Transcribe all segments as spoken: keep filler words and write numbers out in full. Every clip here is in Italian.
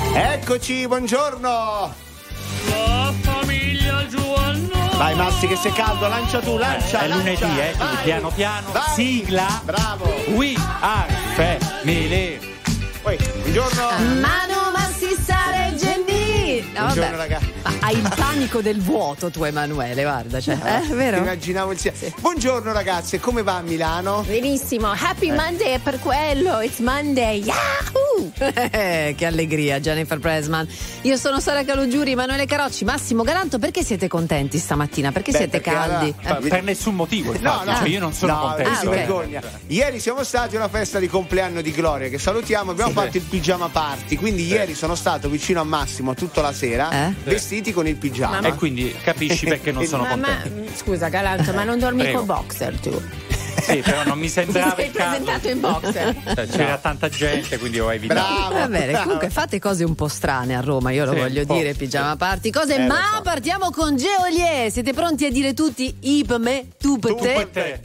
Eccoci, buongiorno. La famiglia Giovanna. Vai Massi che sei caldo, lancia tu, lancia. È lancia. lunedì, eh, quindi Vai. piano piano. Vai. Sigla. Bravo. We are family. Poi, buongiorno. Manu Massi Sara e Gemmi. No, Buongiorno, vabbè. raga. Ma hai il panico del vuoto tu, Emanuele, guarda, cioè, eh, vero? Immaginavo insieme. Sì. Buongiorno ragazzi, come va a Milano? Benissimo, happy Monday è per quello, it's Monday, yahoo! Che allegria, Jennifer Pressman. Io sono Sara Calogiuri, Emanuele Carocci, Massimo Galanto. Perché siete contenti stamattina? Perché Beh, siete perché caldi? allora- Per, per nessun motivo, infatti. no. Cioè, io non sono No, contento. lui si Ah, ok. vergogna. Ieri siamo stati a una festa di compleanno di Gloria che salutiamo, abbiamo fatto il pigiama party, quindi ieri sono stato vicino a Massimo tutta la sera Eh? vestiti con il pigiama. E quindi capisci perché non sono Ma, ma contento. scusa Galanto, ma non dormi Prego. con boxer tu? Sì, però non mi Ti sembrava sei il caso. presentato in boxer? Cioè, c'era tanta gente, quindi ho evitato. Bravo. Va bene, comunque fate cose un po' strane a Roma, io lo Sì, voglio un po'. dire, pigiama party, cose, Eh, lo ma so. partiamo con Geolier. Siete pronti a dire tutti i per me, tu per Tu te? per te.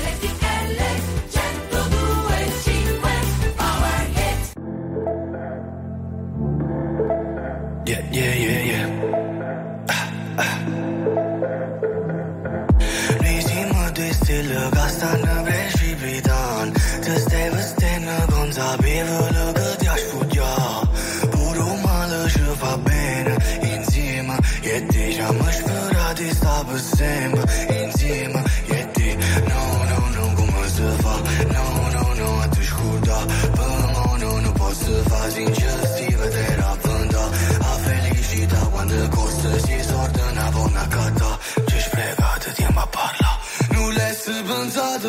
Yeah, yeah, yeah, yeah. Ah, ah. Nisima de stil ca stanno precipitando. Te stai vestendo consapevole che ti aș fugia. Puro male ci fa bene insieme. E te ci-am spera di sta per sempre insieme. E te, no, no, no, come se fa. No, no, no, te scuda. Per mo no, non posso fa sinceristica te raffronta. A felicità quando costa si sorda una buona catta. Ci spregate tempo a parla. Non l'hai pensato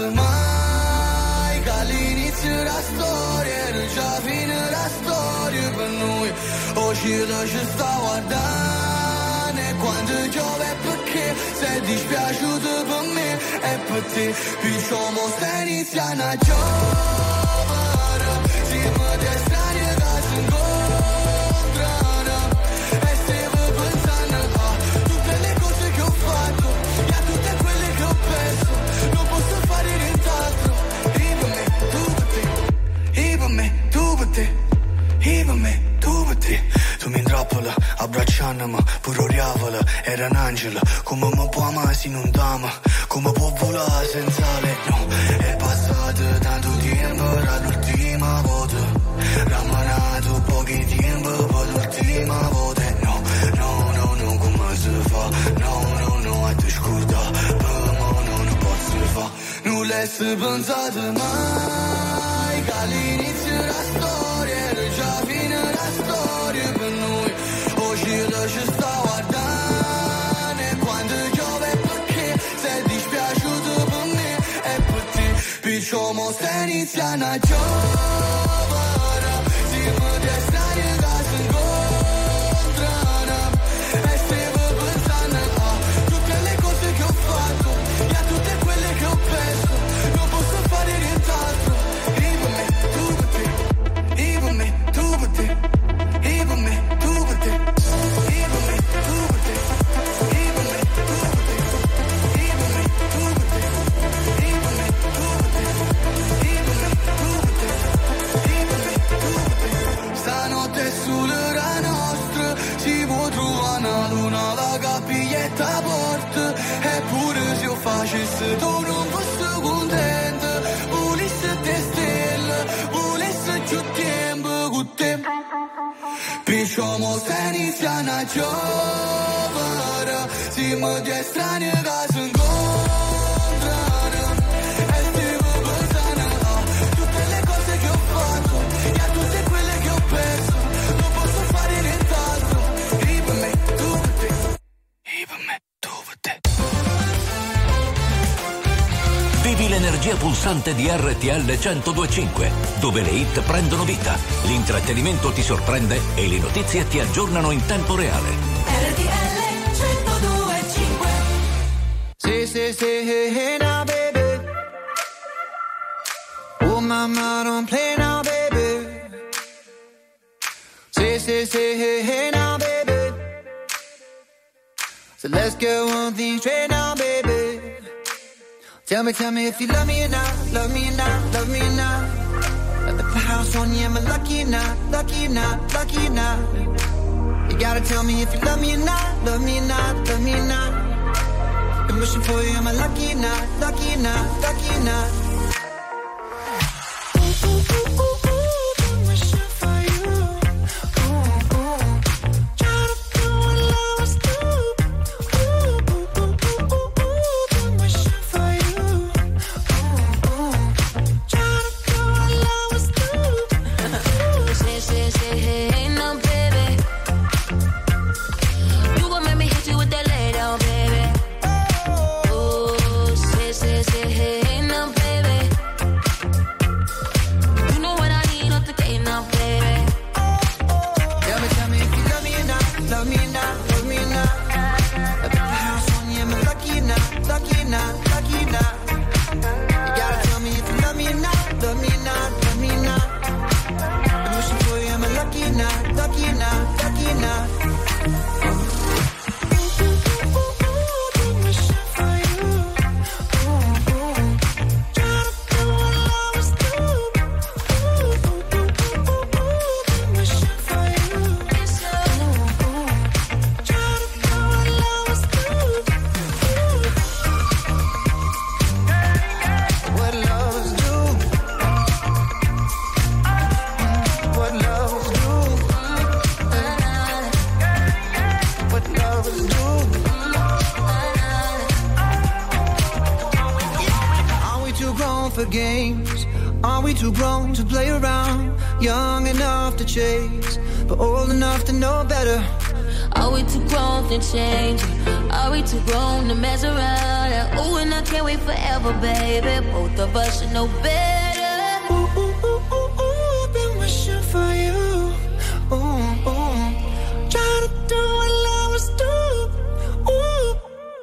mai che all'inizio della storia era già fine la storia per noi. Oggi ci sta guardando e quando piove è perché sei dispiaciuto per me e per te. Perciò mo stai iniziando a giovere. Siamo dei strani che si incontrano e stiamo pensando a tutte le cose che ho fatto e a tutte quelle che ho perso. Non posso fare nient'altro. E per me, tu per te. E per me, tu per te. E per me, tu per te. Tu mi intrappola, abbracciandomi, pure oriavola, era un angelo. Come mi può amare se non t'ama? Come può volare senza lei? No, è passato tanto tempo, era l'ultima volta. Rammanato pochi tempo, poi l'ultima volta. No, no, no, no, come si fa? No, no, no, a te scorda. Per mo no, non posso fa. Non l'hai pensato mai che all'inizio della storia era già fine la storia per noi. Oggi ci sta guardando e quando piove è perché sei dispiaciuto per me e per te. Perciò mo stai iniziando a giovere. Siamo dei strani che si incontrano e stiamo pensando a tutte le cose che ho fatto e a tutte quelle che ho perso. Non posso fare nient'altro. E per me, tu per te. E per me, tu per te. E per me, tu per te. E per me, tu per te. E per me, tu per te. E per me, tu per te. E per me, tu per te. E per me, tu per te. E per me, tu per te. Stanotte sulla nostra si può trovare una luna da capiglietta a porta. Eppure se io facessi tu non fossi contento. Volessi te stelle, volessi più tempo con te. Perciò mo stai iniziando a giovere. Siamo due strani che si incontrano e stiamo pensando a tutte le cose che ho fatto e a tutte quelle che ho perso. Non posso fare nient'altro. E per me, tu per te. E per me, tu per te. Vivi l'energia pulsante di R T L centodue e cinque, dove le hit prendono vita, l'intrattenimento ti sorprende e le notizie ti aggiornano in tempo reale. R T L centodue e cinque. Say, say, say, hey, hey now, baby. Oh, mama, don't play now, baby. Say, say, say, hey, hey now, baby. So let's get one thing straight now, baby. Tell me, tell me if you love me or not, love me or not, love me or not. Let the the house on you, am I lucky or not? Lucky or not? Lucky or not? You gotta tell me if you love me or not, love me or not, love me or not. I'm wishing for you, am I lucky or not? Lucky or not? Lucky or not? Games. Are we too grown to play around? Young enough to chase, but old enough to know better. Are we too grown to change? Are we too grown to mess around? Ooh, and I can't wait forever, baby. Both of us should know better. Ooh, ooh, ooh, ooh, ooh, I've been wishing for you. Ooh, ooh. Try to do what lovers do. Ooh.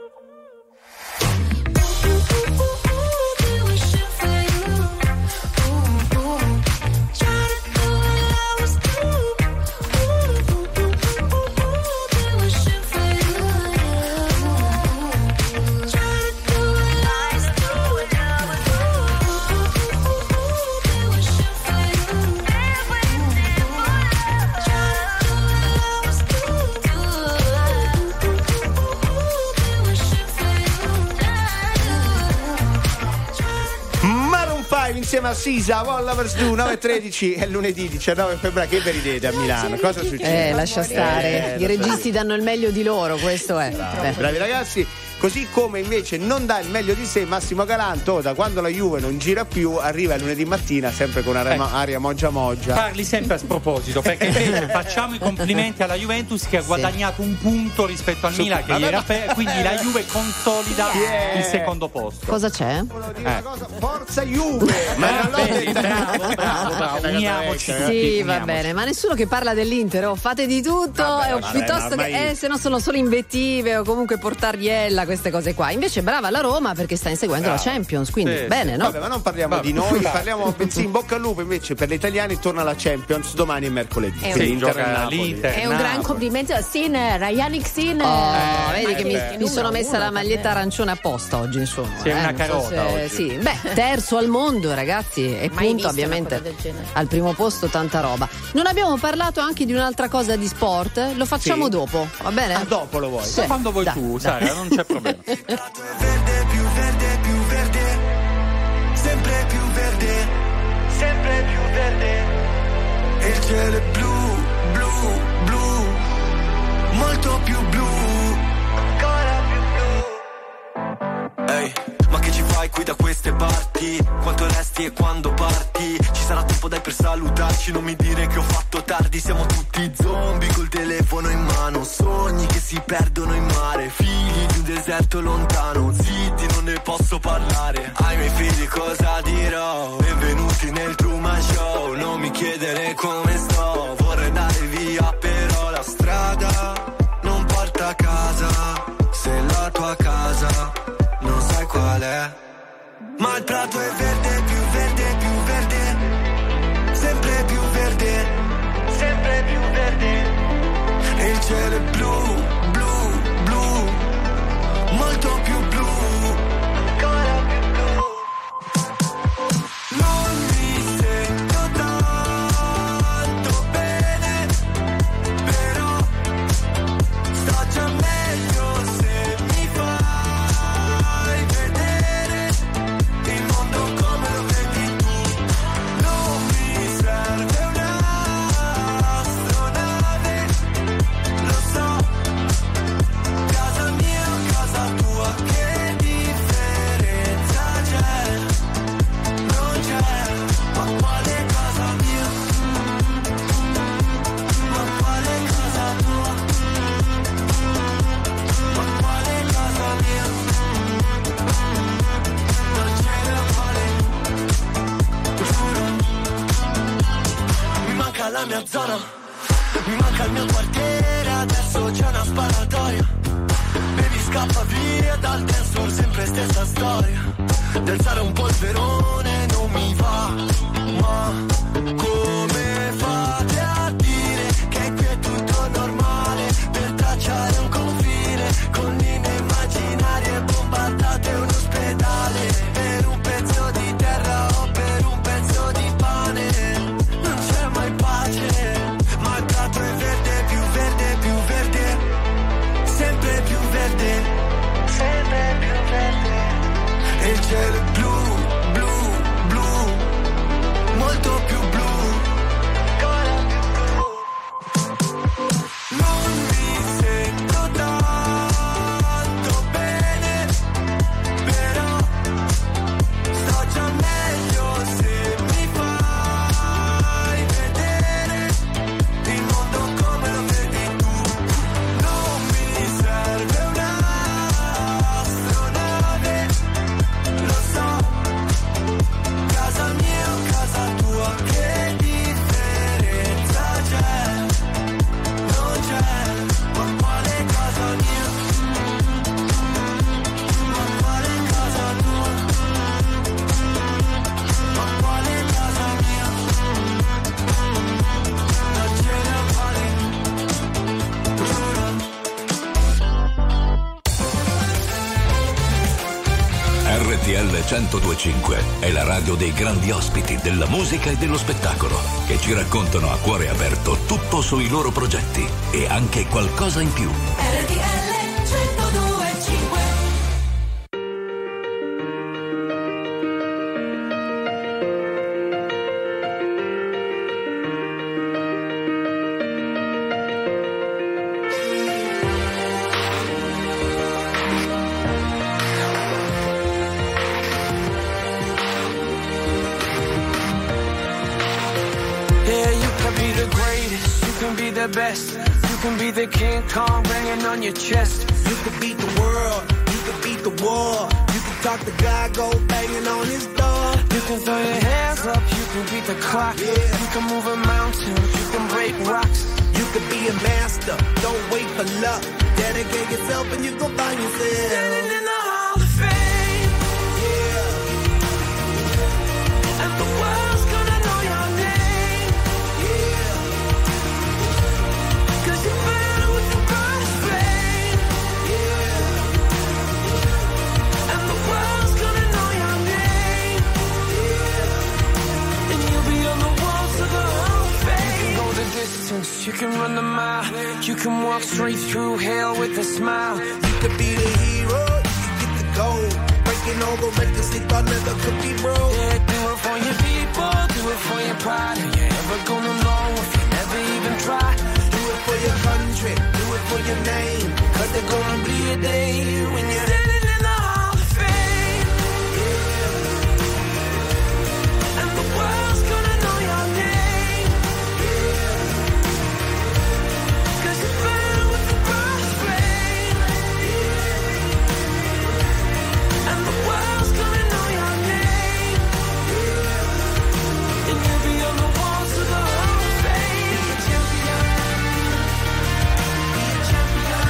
Insieme a Sisa, What Lovers Do, nove e tredici è lunedì diciannove febbraio. Che vi ridete a Milano? Cosa succede? Eh, lascia stare. Eh, I registi danno il meglio di loro, questo è. Bravi, bravi ragazzi. Così come invece non dà il meglio di sé Massimo Galanto, da quando la Juve non gira più arriva il lunedì mattina sempre con aria, ecco. aria moggia moggia. Parli sempre a sproposito, perché invece facciamo i complimenti alla Juventus che ha guadagnato un punto rispetto al Milan che ieri era per, quindi la Juve consolida yeah. il secondo posto. Cosa c'è? Eh. Cosa? Forza Juve! Ma non l'ho detto. Bravo, bravo, bravo. Uniamoci. Sì, va bene, ma nessuno che parla dell'Inter, oh, fate di tutto, vabbè, eh, vabbè, piuttosto vabbè, che eh, se no sono solo invettive o comunque portariella, queste cose qua. Invece brava la Roma perché sta inseguendo bravo. la Champions, quindi sì, bene, sì. no? Vabbè, ma non parliamo vabbè. di noi, parliamo bensì in bocca al lupo invece per gli italiani, torna la Champions domani e mercoledì. È, sì, un, l'Inter, è un gran complimento a Sinner, a Yannick Sinner. Oh, eh, vedi che mi, mi sono messa la maglietta arancione apposta oggi, insomma. Sì, è eh, una carota so se, oggi. Sì. Beh, terzo al mondo, ragazzi, e Mai punto ovviamente al primo posto, tanta roba. Non abbiamo parlato anche di un'altra cosa di sport? Lo facciamo sì. dopo, va bene? Ah, dopo lo vuoi? Sì. Quando vuoi da, tu, da. Sara, non c'è problema. Verde, più verde, più verde, sempre più verde, sempre più verde. E il cielo è blu, blu, blu, molto più blu, ancora più blu. Ehi, hey, ma che ci fai qui da queste parti? Quanto resti e quando parti? Ci sarà tempo dai per salutarci, non mi dire che ho fatto tardi. Siamo tutti zombie col telefono in mano, sogni che si perdono in mare, figli di un deserto lontano, zitti non ne posso parlare. Ai miei figli cosa dirò? Benvenuti nel Truman Show, non mi chiedere come sto, vorrei andare via però la strada non porta a casa, se la tua casa non sai qual è. Ma il prato è verde, più verde, più verde, sempre più verde, sempre più verde. E il cielo è blu, blu, blu, molto più blu, ancora più blu. Non mi sento da dalla mia zona. Mi manca il mio quartiere, adesso c'è una sparatoria. Baby scappa via dal dance floor, sempre stessa storia. D'alzare un polverone non mi va, ma come fate a dire che qui è tutto normale? Per tracciare un confine con linee immaginarie bombardate un ospedale. Per un pezzo di terra o per un pezzo di pane non c'è mai pace, ma il prato è verde, più verde, più verde, sempre più verde, sempre più verde. E il cielo è blu, blu, blu, molto più blu, ancora più blu. Non mi sento tanto bene, però sto già meglio se mi fai vedere il mondo come lo vedi tu. Non mi serve un'astronave, lo so, casa mia o casa tua, che differenza c'è? Non c'è, ma quale casa mia? Ma quale casa tua? Ma quale casa mia? Non ce ne vale, giuro. R T L centodue e cinque è la radio dei grandi ospiti della musica e dello spettacolo, che ci raccontano a cuore aperto tutto sui loro progetti e anche qualcosa in più. R T L centodue e cinque. Yeah, you can be the greatest, you can be the best, you can be the King Kong banging on your chest. You could beat the world, you could beat the war. You could talk to God, go banging on his door. You can throw your hands up, you can beat the clock. Yeah. You can move a mountain, you can break rocks. You could be a master, don't wait for luck. Dedicate yourself and you gon' find yourself. Standing in the Hall of Fame, Yeah, and the world's gonna know your name. yeah, 'Cause you burn with the brightest flame, yeah, and the world's gonna know your name. And you'll be on the walls of the Hall of Fame. You can go the distance, you can run the mile, you can walk straight through hell with a smile. you could be the hero, you could get the gold. Breaking all the records they thought never could be broke. Yeah, do it for your people, do it for your pride. And you're never gonna know if you never even try. Do it for your country, do it for your name. Cause there's gonna be a day when you're Standing in the Hall of Fame, and the world's gonna know your name. 'Cause you burn with the brightest flame, and the world's gonna know your name. And you'll be on the walls of the Hall of Fame. Be a champion, be a champion,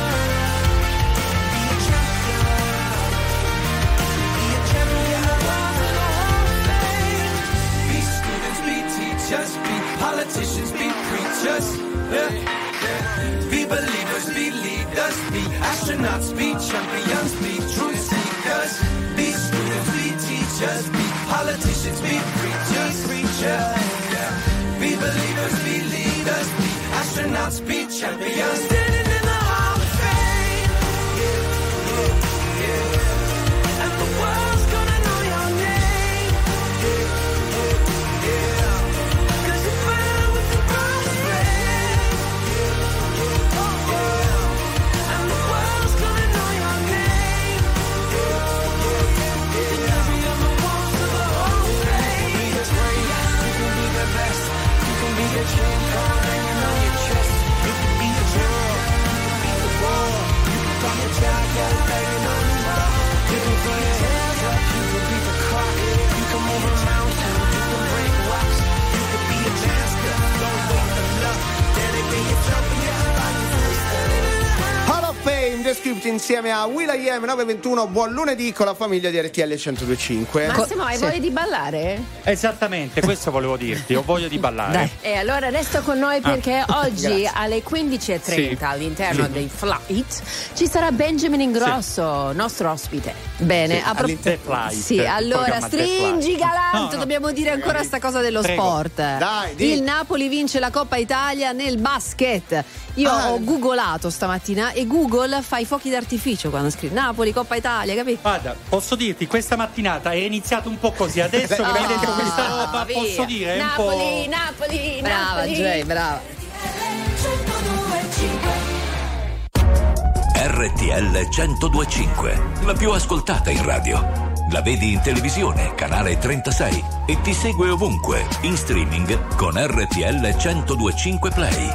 be a champion, be a champion. The walls of the Hall of Fame. be students, be teachers, be politicians, be preachers. Yeah. Be believers, be leaders, be astronauts, be champions, be truth seekers. Be students, be teachers, be politicians, be preachers, preachers. Yeah. Be believers, be leaders, be astronauts, be champions. Standing in the Hall of Fame, and the world's gonna know your name. 'Cause you burn with the brightest flame, and the world's gonna know your name. And you'll be on the walls of the Hall of Fame. You can be the greatest, you can be the best, you can be the King Kong hanging on your chest. You can be the world, you can be the war. You can come and child, go banging on his door. You can throw your hands up, you can beat the clock. You can move a mountain, you can break rocks. You can be a master, don't Script insieme a will.i.am nove ventuno. Buon lunedì con la famiglia di R T L centodue e cinque. Massimo, hai Sì. voglia di ballare? Esattamente, questo volevo dirti, ho voglia di ballare. Dai. E allora resta con noi perché oggi Grazie. alle quindici e trenta Sì. all'interno Sì. dei Flight ci sarà Benjamin Ingrosso, nostro ospite. Bene, Sì, a pro- all'inter- Flight, sì, il allora programma The stringi Flight. galante, No, no. dobbiamo dire ancora sta cosa dello Prego. sport. Dai, di. Il Napoli vince la Coppa Italia nel basket. Io Ah. ho googolato stamattina e Google fa i fuochi d'artificio quando scrive Napoli, Coppa Italia, capito? Guarda, posso dirti, questa mattinata è iniziato un po' così, adesso che mi hai detto questa roba, via. posso dire, è un Napoli, po'... Napoli, Brava Napoli. Jay, brava. R T L centodue e cinque, la più ascoltata in radio. La vedi in televisione, canale trentasei, e ti segue ovunque, in streaming con R T L centodue e cinque Play.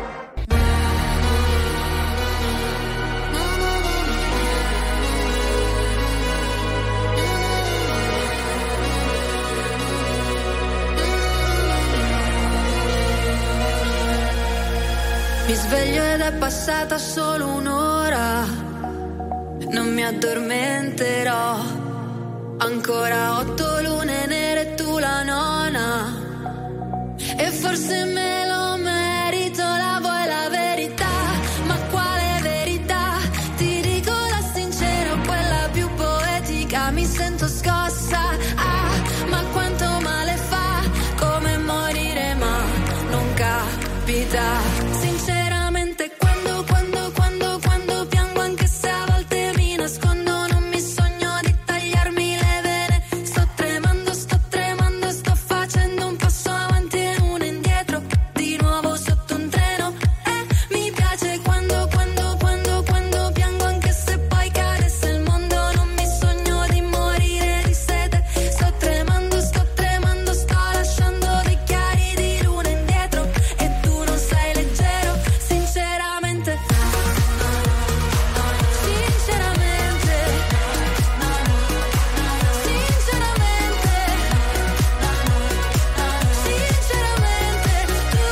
Mi sveglio ed è passata solo un'ora, non mi addormenterò. Ancora otto lune nere e tu la nona, e forse me lo merito, la vuoi la verità? Ma quale verità? Ti dico la sincera, quella più poetica, mi sento scossa. Ah, ma quanto male fa, come morire ma non capita. Sinceramente quando, quando, quando, quando piango, anche se a volte mi nascondo, non mi sogno di tagliarmi le vene. Sto tremando, sto tremando, sto facendo un passo avanti e uno indietro, di nuovo sotto un treno. E mi piace quando, quando, quando, quando piango, anche se poi cadesse il mondo, non mi sogno di morire di sete. Sto tremando, sto tremando, sto lasciando dei chiari di luna indietro, e tu non sei leggero. Sinceramente, sinceramente, sinceramente, sinceramente,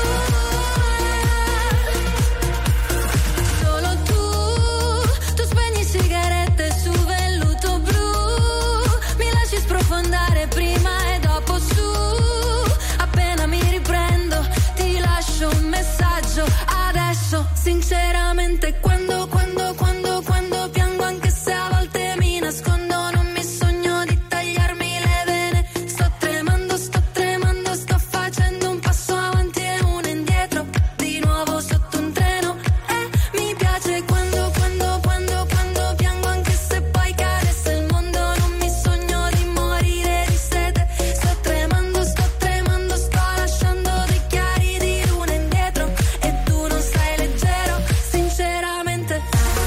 tu, solo tu, tu spegni sigarette su velluto blu, mi lasci sprofondare prima e dopo su, appena mi riprendo ti lascio un messaggio adesso. Sinceramente quando, quando, quando, quando piango, anche se a volte mi nascondo, non mi sogno di tagliarmi le vene. Sto tremando, sto tremando, sto facendo un passo avanti e uno indietro, di nuovo sotto un treno. E mi piace quando, quando, quando, quando piango, anche se poi cadesse il mondo, non mi sogno di morire di sete. Sto tremando, sto tremando, sto lasciando dei chiari di luna indietro, e tu non sei leggero. Sinceramente,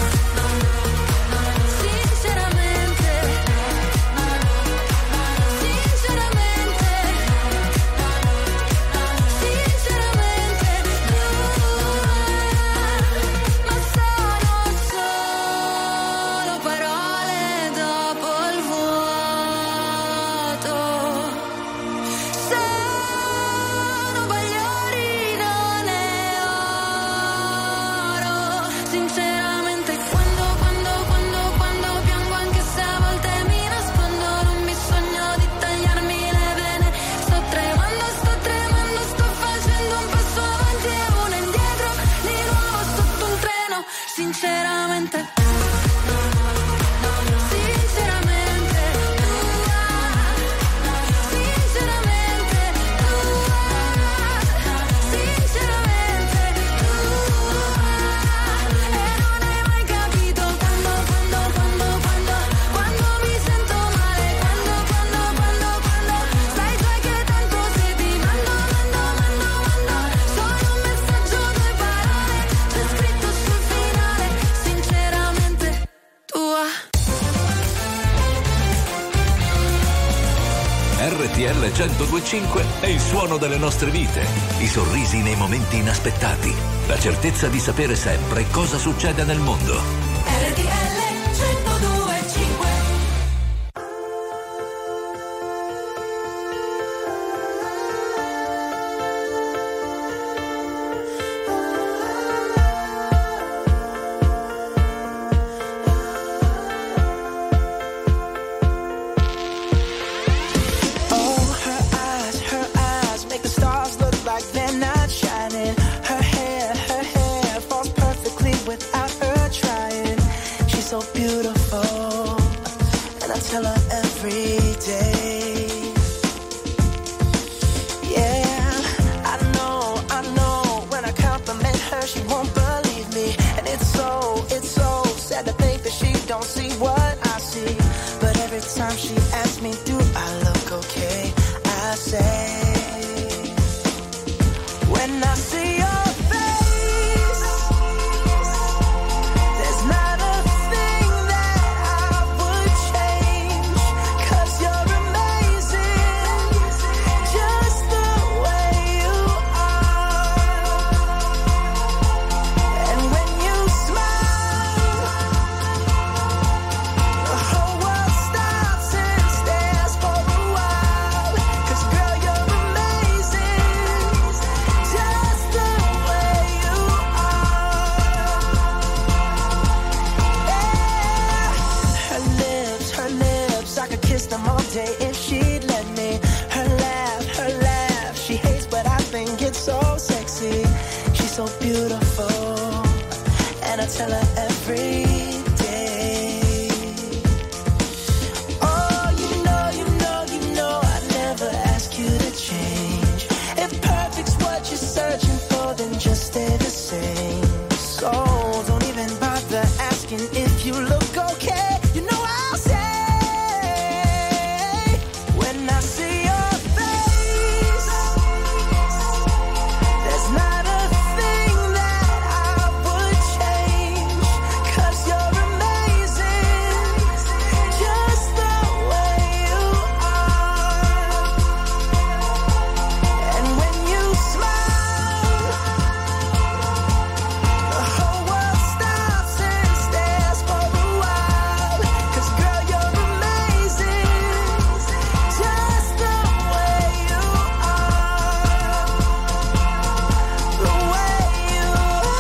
sinceramente, sinceramente, sinceramente, ma sono solo parole dopo il vuoto. Sono bagliori, non è oro. Sinceramente quando, quando, quando, quando piango, anche se a volte mi nascondo, non mi sogno di tagliarmi le vene. Sto tremando, sto tremando, sto facendo un passo avanti e uno indietro, di nuovo sotto un treno. Sinceramente, sinceramente, sinceramente, sinceramente, e non hai mai capito quando, quando, quando, quando, quando mi sento male, quando, quando, quando, quando, sai già che tanto se ti mando, mando, mando, mando, solo un messaggio, due parole, c'è scritto sul finale. Sinceramente tua. R T L centodue e cinque è il suono delle nostre vite, i sorrisi nei momenti inaspettati, la certezza di sapere sempre cosa succede nel mondo. R T L centodue e cinque. not shining. Her hair, her hair falls perfectly without her trying. She's so beautiful, and I tell her every day. Yeah, I know, I know, when I compliment her, she won't believe me. And it's so, it's so sad to think that she don't see what I see. But every time she asks me, do I look okay? I say, when I see your face, there's not a thing that I would change. 'Cause you're amazing, just the way you are. And when you smile, the whole world stops and stares for a while. 'Cause girl, you're amazing, just the way you are. Yeah. Her lips, her lips, I could kiss them all day if she'd let me. Her laugh, her laugh, she hates but I think it's so sexy. She's so beautiful, and I tell her every day. Oh, you know, you know, you know, I never ask you to change. If perfect's what you're searching for, then just stay the same. So don't even bother asking if you look okay. You know I'll say, when I see your face, there's not a thing that I would change. 'Cause you're amazing, just the way you are. And when you smile, the whole world stops and stares for a while. 'Cause girl, you're amazing, just the way you are. The way you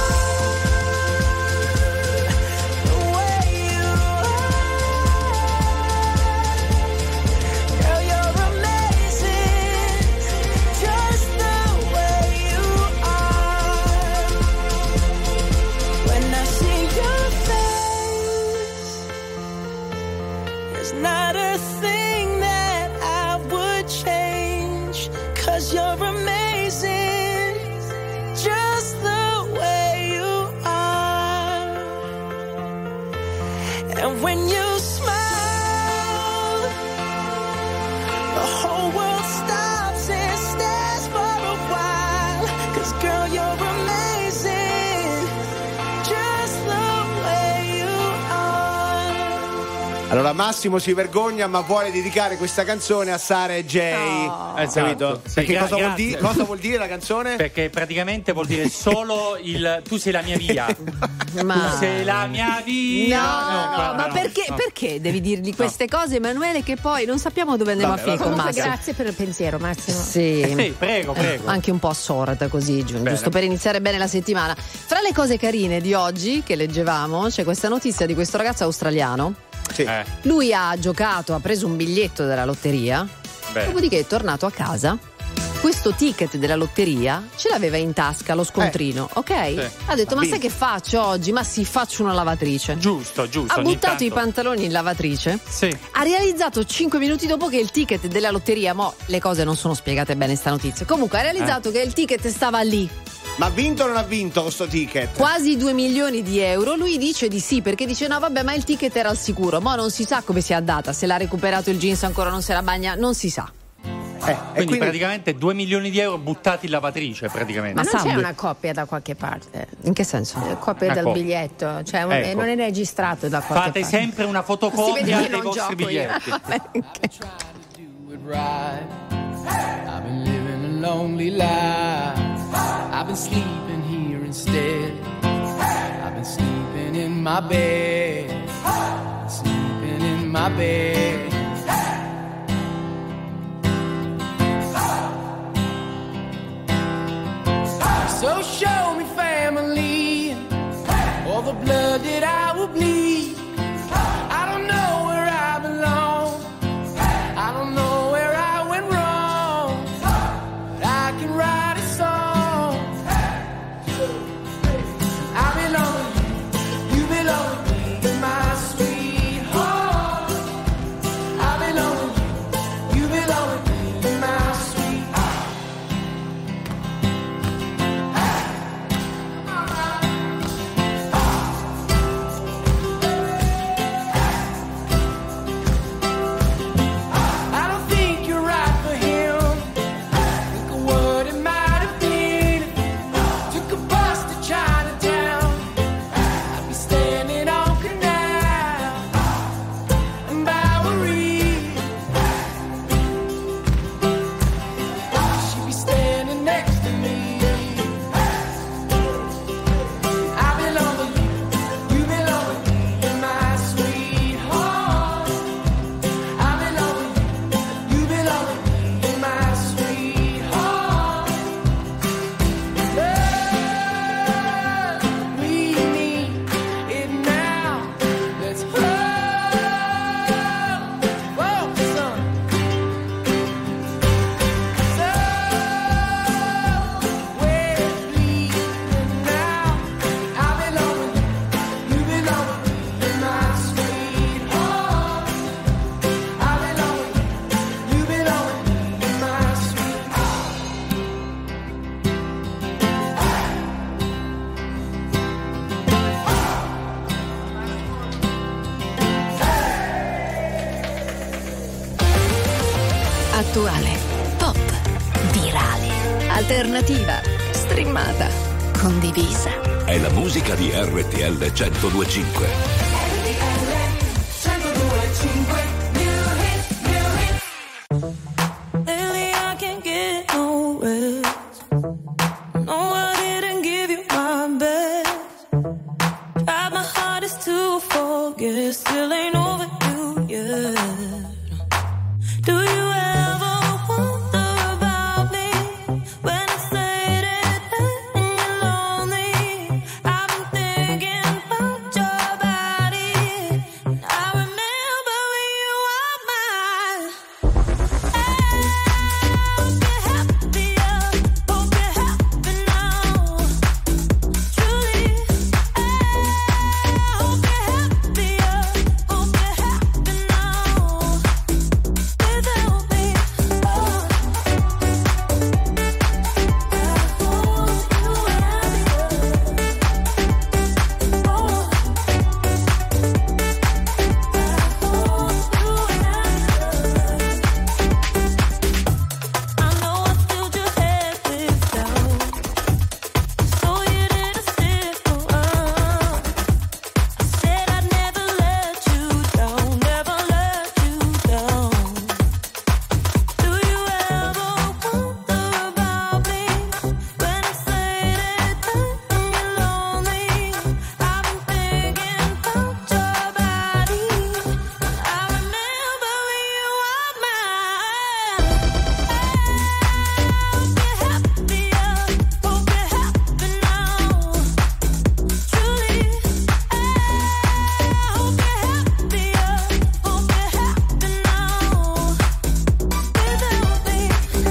are, the way you are. Girl, you're amazing, just the way you are. When I see your face, there's not a thing that I would change. 'Cause you're amazing, just the way you are. And when you smile, the whole world stops and stares for a while. 'Cause girl, you're amazing, just the way you are. Allora Massimo si vergogna ma vuole dedicare questa canzone a Sara e Jay. Oh. Esatto. Sì, Perché gra- cosa, vuol grazie. dire, cosa vuol dire la canzone? Perché praticamente vuol dire solo il tu sei la mia via. Ma... Tu sei la mia via. No, guarda, ma no, perché, no. perché devi dirgli queste cose, Emanuele, che poi non sappiamo dove andiamo Vabbè, a finire con Comunque, Massimo. grazie per il pensiero, Massimo. Sì. Eh sì, prego, prego. Anche un po' assorta così, giu- Bene. giusto per iniziare bene la settimana. Fra le cose carine di oggi che leggevamo c'è questa notizia di questo ragazzo australiano. Sì. Eh, Lui ha giocato, ha preso un biglietto della lotteria, beh. dopodiché è tornato a casa. Questo ticket della lotteria ce l'aveva in tasca, lo scontrino, ok? Ha detto, ma sai che faccio oggi? Ma sì, faccio una lavatrice. Giusto, giusto. Ha ogni buttato i tanto. pantaloni in lavatrice. Sì. Ha realizzato cinque minuti dopo che il ticket della lotteria, mo le cose non sono spiegate bene sta notizia. Comunque ha realizzato che il ticket stava lì. Ma ha vinto o non ha vinto questo ticket? Quasi due milioni di euro. Lui dice di sì, perché dice no vabbè, ma il ticket era al sicuro. Ma non si sa come sia andata, se l'ha recuperato il jeans ancora non se la bagna, non si sa. Eh, Quindi, e quindi praticamente due milioni di euro buttati in lavatrice, praticamente. Ma non sa- c'è una copia da qualche parte? In che senso? Eh, Copia Una del copia. biglietto, cioè un- Ecco. non è registrato da qualche Fate parte. sempre una Si fotocopia vede che dei non vostri gioco io. biglietti. do it right. I've been living a lonely life. I've been sleeping here instead. I've been sleeping in my bed. Sleeping in my bed. So show me family, all the blood that I will bleed. I don't know where I belong. I don't know where I went wrong. But I can write a song. alternativa, streamata, condivisa. È la musica di R T L centodue e cinque. Lately I can't get no rest. No, I didn't give you my best. Tried my hardest to forget, still ain't over you yet. Do you ever wonder about me when it's late at night and you're lonely? I've been thinking about your body. I remember when you were mine. Hope you're happier, hope you're happy now. Truly, I hope you're happier, hope you're happy now. Without me, oh, I know I filled your head with doubt, so you didn't stick around. I said I'd never let you down, never let you down. Do you ever wonder about me when it's late at night and you're lonely? I've been thinking about your body. I remember when you were mine. Hope you're happier, hope you're happy now. Truly, I hope you're happier, hope you're happy now. Without me,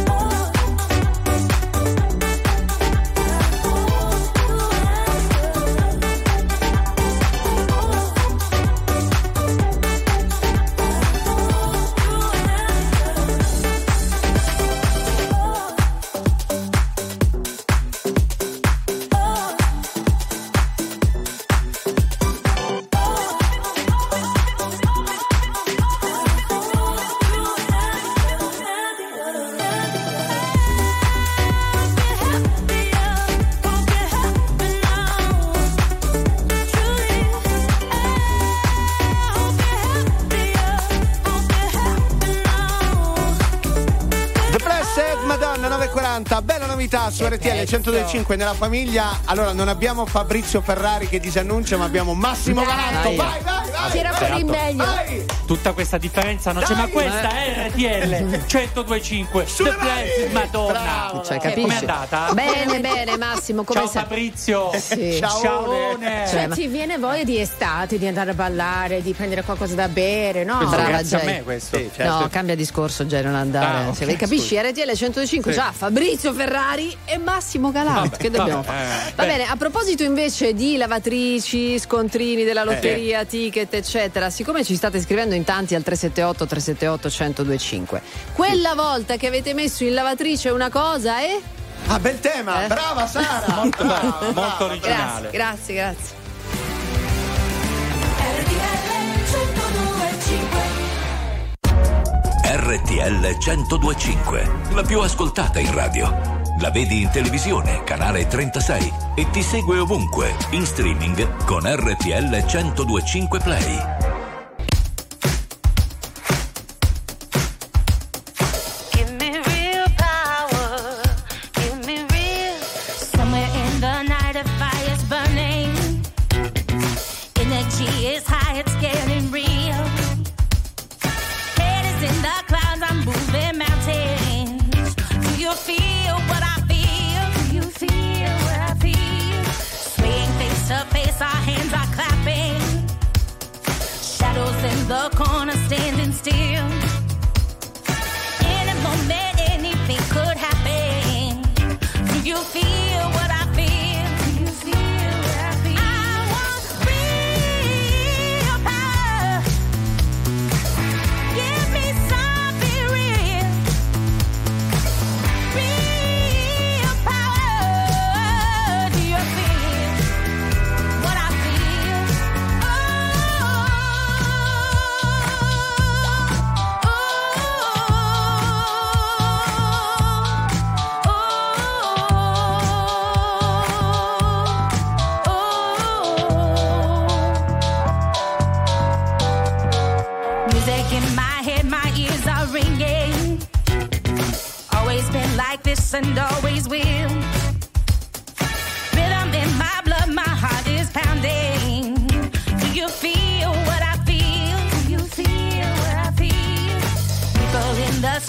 The Blessed Madonna nove e quaranta, bella novità su R T L centodue e cinque nella famiglia. Allora non abbiamo Fabrizio Ferrari che disannuncia, ma abbiamo Massimo Galanto. Vai, vai, vai. Tira fuori il meglio. Vai. Tutta questa differenza non c'è, Dai. ma questa è R T L centodue e cinque. Sulle The mani. Blessed Madonna. Bravo. Cioè, Com'è capisci? andata? Bene, bene, Massimo, come Ciao sei? Fabrizio. Sì. Ciaone. Cioè, Eh, ma- ti viene voglia di estate, di andare a ballare, di prendere qualcosa da bere, no? Questo Brava, grazie a Jay. me questo. Sì, certo. No, cambia discorso, Jay, non andare. Ah, ok, Cioè, capisci? R T L centodue e cinque Sì. già Fabrizio Ferrari e Massimo Galanto. Vabbè, Che dobbiamo vabbè, fare? eh, Va beh. bene, a proposito invece di lavatrici, scontrini della lotteria, ticket, eccetera, siccome ci state scrivendo in tanti al tre sette otto tre sette otto centodue e cinque, quella volta che avete messo in lavatrice una cosa è. Ah, bel tema, Eh? brava Sara. Molto bello, molto Grazie, originale. grazie, grazie. R T L centodue e cinque, la più ascoltata in radio. La vedi in televisione, canale trentasei, e ti segue ovunque, in streaming con R T L centodue e cinque Play. Give me real power, give me real. Somewhere in the night a fire's burning. Energy is high, it's getting real. Head is in the clouds, I'm moving mountains. Do you feel what I feel? Do you feel what I feel? Swaying face to face, our hands are clapping. Shadows in the corner standing still. In a moment, anything could happen. Do you feel what I feel? Do you feel what I feel? I want real power. Give me something real. Real power. Do you feel what I feel? Oh, oh, oh.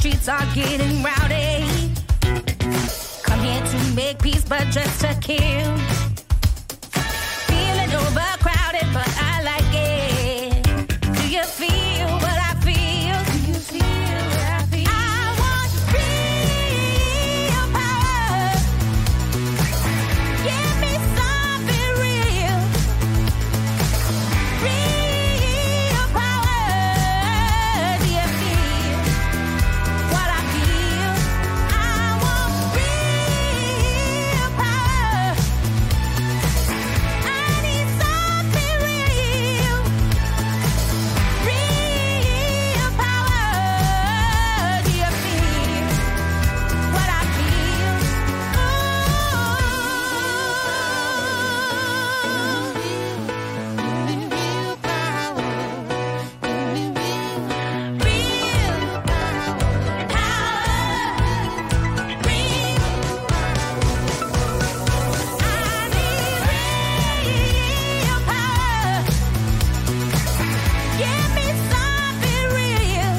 streets are getting rowdy. Come here to make peace, but just to kill. Feeling overcrowded, but I like it. Do you feel what I feel? Do you feel what I feel? I want real power. Give me something real. Real power. Do you feel what I feel? I want real power. I need something real. Real power. Do you feel what I feel? Give me something real.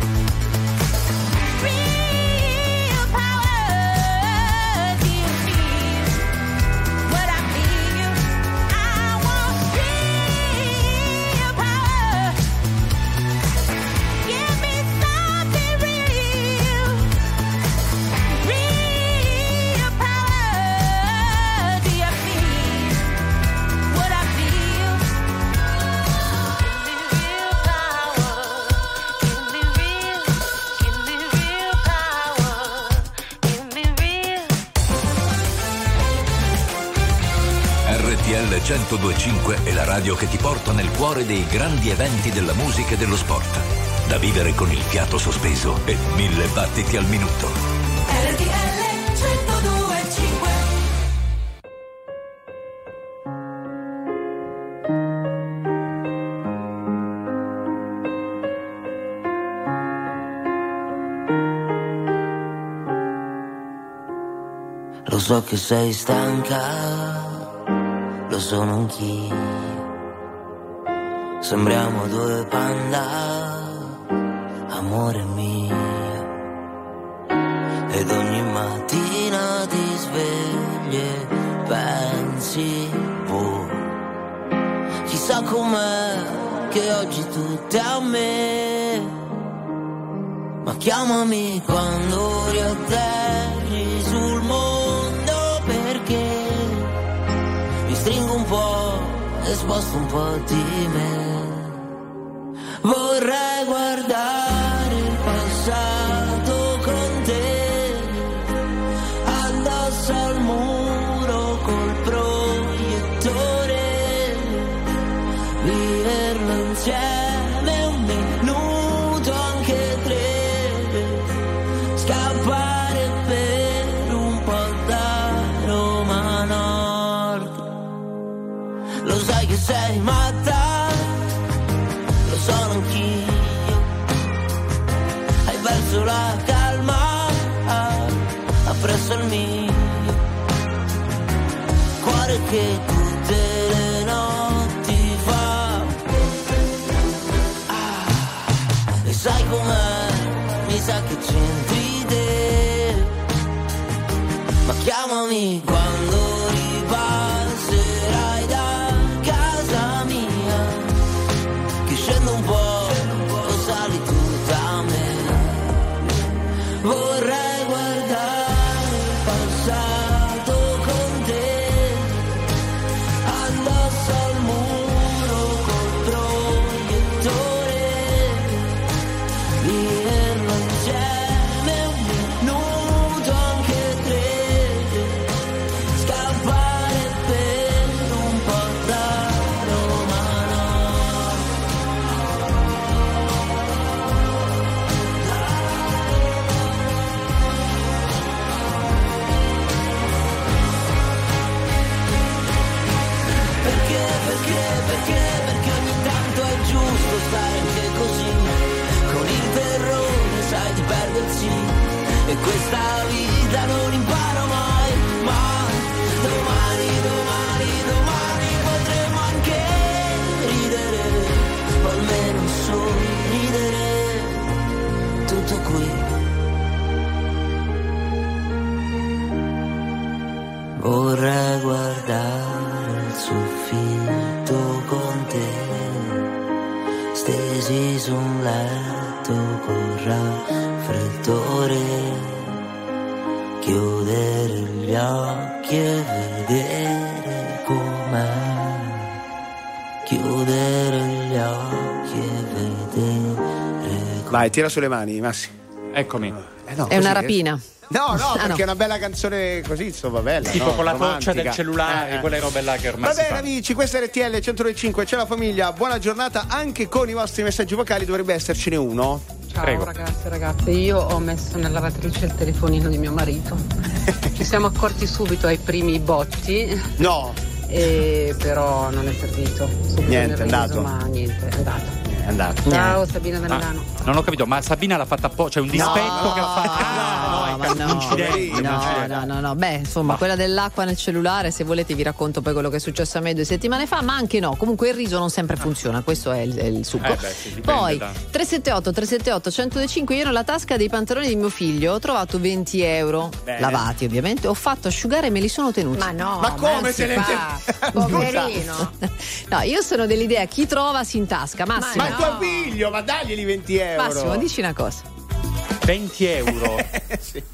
Real power. Do you feel what I feel? I want real power. Give me something real. Real power. Do you feel what I feel? Real power. Give me real. Give me real power. Give me real. R T L centodue e cinque è la radio che ti porta nel cuore dei grandi eventi della musica e dello sport. Da vivere con il fiato sospeso e mille battiti al minuto. R T L centodue e cinque. Lo so che sei stanca, lo sono anch'io. Sembriamo due panda, amore mio. Ed ogni mattina ti svegli e pensi, boh, chissà com'è che oggi tutto è a me. Ma chiamami quando riatterri sul mondo, perché mi stringo un po' e sposto un po' di me. Vorrei guardare il passato con te, addosso al muro col proiettore, viverlo insieme un minuto, anche tre, scappare per un po' da Roma Nord. Lo sai che sei matta, lo sono anch'io. Hai perso la calma appresso il mio cuore che tutte le notti fa. Ah, e sai com'è? Mi sa che c'entri te. Ma chiamami quando ripasserai da casa mia, che scendo un po', lo sali tu da me. Vorrei guardare il passato con te, addosso al muro col proiettore, viverlo insieme un minuto, anche tre, scappare per un po' da Roma Nord. Perché, perché, perché, perché ogni tanto è giusto stare anche così, con il terrore, sai, di perdersi, e questa vita non imparo mai, mai. Domani, domani, domani potremo anche ridere, o almeno sorridere, tutto qui, Vorrei guardare il soffitto con te, stesi su un letto con raffreddore, chiudere gli occhi e vedere com'è, chiudere gli occhi e vedere com'è. Vai, tira sulle mani, Massi. Eccomi. Eh no, È una così, rapina. No, no, Ah, perché no. è una bella canzone così, insomma, bella. Tipo no? con la Romantica. torcia del cellulare, Eh, eh. quelle robe là che ormai Va si bene fanno. amici, questa è R T L centodue e cinque, c'è la famiglia, buona giornata, anche con i vostri messaggi vocali dovrebbe essercene uno. Ciao Prego. ragazzi e ragazze, io ho messo nella lavatrice il telefonino di mio marito. Ci siamo accorti subito ai primi botti. No. E però non è servito. Subito Niente, nel è riso, andato. Ma niente, è andato. È andato. Ciao Sabina da Ah, Milano. non ho capito, ma Sabina l'ha fatta apposta, c'è un dispetto che ha fatto. Ah, no, No, è ma un no, incidente, un no, incidente. no, no, no. Beh, insomma, quella dell'acqua nel cellulare, se volete vi racconto poi quello che è successo a me due settimane fa, ma anche no, comunque il riso non sempre funziona, questo è il, è il succo. Eh beh, sì, dipende Poi da- tre sette otto tre sette otto uno zero due cinque, io nella tasca dei pantaloni di mio figlio ho trovato venti euro, Bene. lavati ovviamente, ho fatto asciugare e me li sono tenuti. Ma no, Ma come non se si ne fa. Poverino. No, io sono dell'idea chi trova si intasca. Massimo, Ma è tuo figlio, ma daglieli venti euro. Massimo, dici una cosa. venti euro. Sì.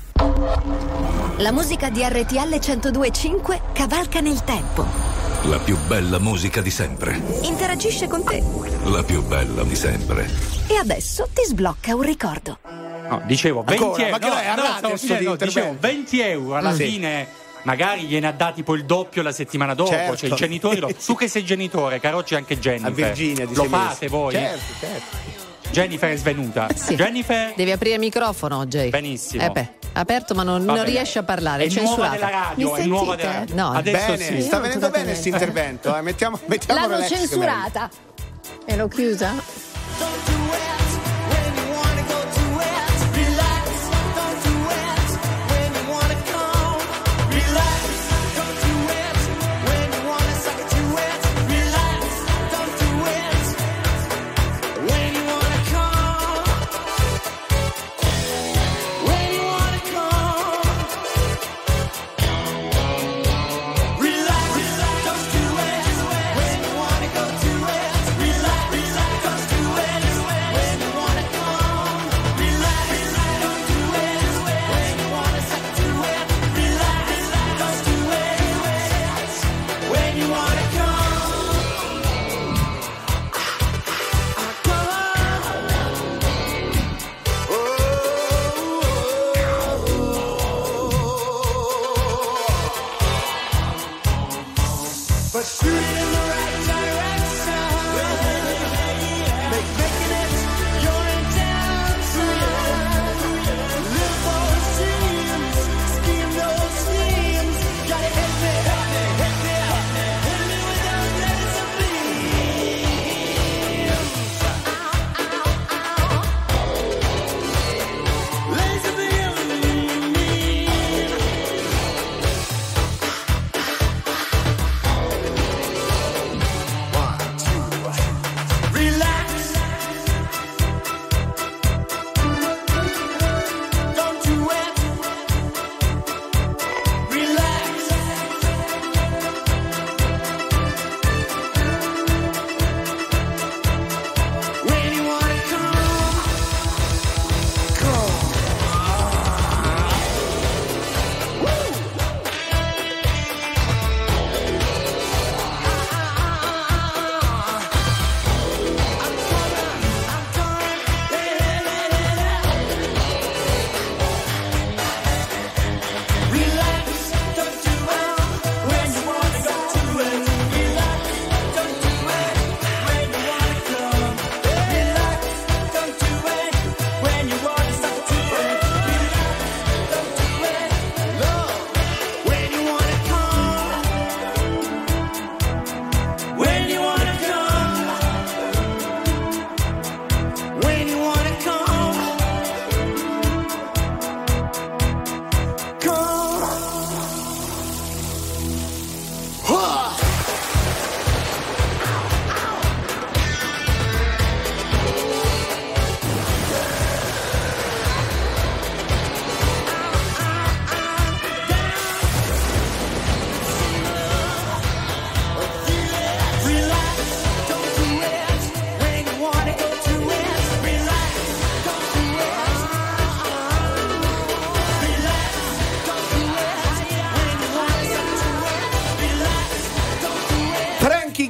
La musica di R T L centodue e cinque cavalca nel tempo. La più bella musica di sempre. Interagisce con te. La più bella di sempre. E adesso ti sblocca un ricordo. No, dicevo venti Ancora? euro. Ma che lei no, ha no, rato stavo sto finendo, di dicevo intervento? venti euro alla Mm. Sì. fine. Magari gliene ha dati poi il doppio la settimana dopo. Certo. Cioè, i genitori. Lo, tu che sei genitore, caro oggi anche Jennifer. A Virginia di Lo sei fate mesi. voi? Certo, certo. Jennifer è svenuta. Sì. Jennifer. Devi aprire il microfono, Jay. Benissimo. Eh beh, aperto ma non, Va non bene. riesce a parlare, è, È nuova censurata. della radio, Mi è nuova sentite? della radio. No, Adesso Bene, sì. sta Io venendo non bene questo totalmente. intervento, eh. Mettiamo, mettiamo L'hanno relax che è meglio. censurata. Ero chiusa? Relax, don't do it.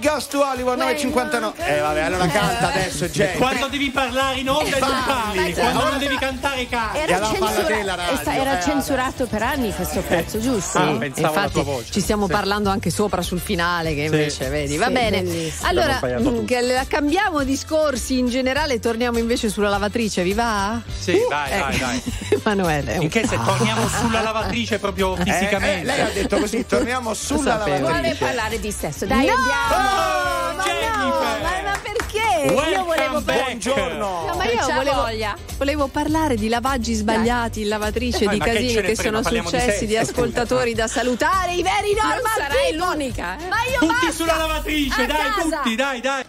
Goes to Hollywood nove e cinquantanove. Eh vabbè, allora canta adesso, Jay. Quando devi parlare in onda e non parli, quando non devi cantare canti. Era, censura- era censurato per anni questo pezzo, giusto? Ah, pensavo alla Infatti tua voce. ci stiamo Sì. parlando anche sopra sul finale che invece Sì. vedi, va Sì, bene. bellissimo. Allora Abbiamo sbagliato mh, che la- cambiamo discorsi in generale, torniamo invece sulla lavatrice, vi va? Sì, vai, Eh, vai, vai. Emanuele. è un- In che se torniamo sulla lavatrice proprio Eh, fisicamente? eh, lei ha detto così, torniamo sulla sapevo. Vuole lavatrice. parlare di sesso, dai, No! andiamo. Oh, Ma no, Jennifer! ma, ma perché? Welcome Io volevo back. Buongiorno. No, ma io C'ha volevo, voglia. volevo parlare di lavaggi sbagliati in lavatrice, Eh, di ma che casini ce ne che, frega, sono parliamo di successi, sesso, di, ascoltatori da salutare, i veri Non normal sarai people. l'unica, eh. Ma io Tutti basta. sulla lavatrice, A dai, casa. tutti, dai, dai.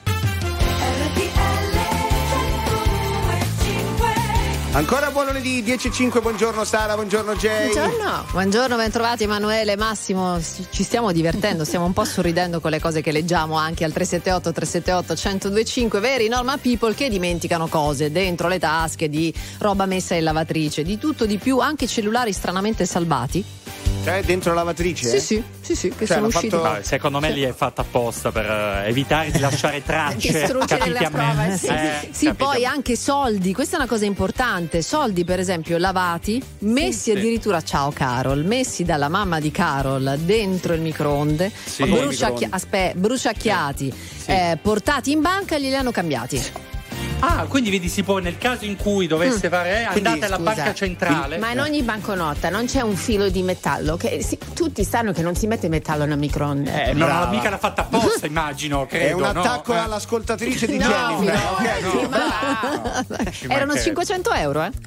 Ancora buon lunedì dieci e cinque, buongiorno Sara, buongiorno Jay. Buongiorno. Buongiorno, bentrovati Emanuele, Massimo. Ci stiamo divertendo, stiamo un po' sorridendo con le cose che leggiamo anche al tre sette otto tre sette otto uno zero due cinque, veri normal people che dimenticano cose dentro le tasche, di roba messa in lavatrice, di tutto di più, anche cellulari stranamente salvati. Cioè dentro la lavatrice? Sì, sì, sì, sì, che Cioè, sono hanno usciti. fatto- Ma secondo me lì è fatta apposta per eh, evitare di lasciare tracce. Distruggere Capiti la a me? prova, sì. Eh, Sì, capiti a poi me. anche soldi, questa è una cosa importante, soldi per esempio lavati, messi addirittura, ciao Carol, messi dalla mamma di Carol dentro il microonde, Sì. Ma come bruciacchi- microonde? aspe- bruciacchiati, Sì. eh, portati in banca e glieli hanno cambiati. Ah, quindi vedi, si può, nel caso in cui dovesse fare, eh, Quindi, andate alla scusa, banca centrale. Ma in ogni banconota non c'è un filo di metallo che si- tutti sanno che non si mette metallo nel microonde. Eh, non Brava. mica l'ha fatta apposta, immagino. È Credo, un attacco no? Eh. all'ascoltatrice di No, Jennifer. no, ok? no. Ma- Ci Erano mancherebbe. cinquecento euro, eh?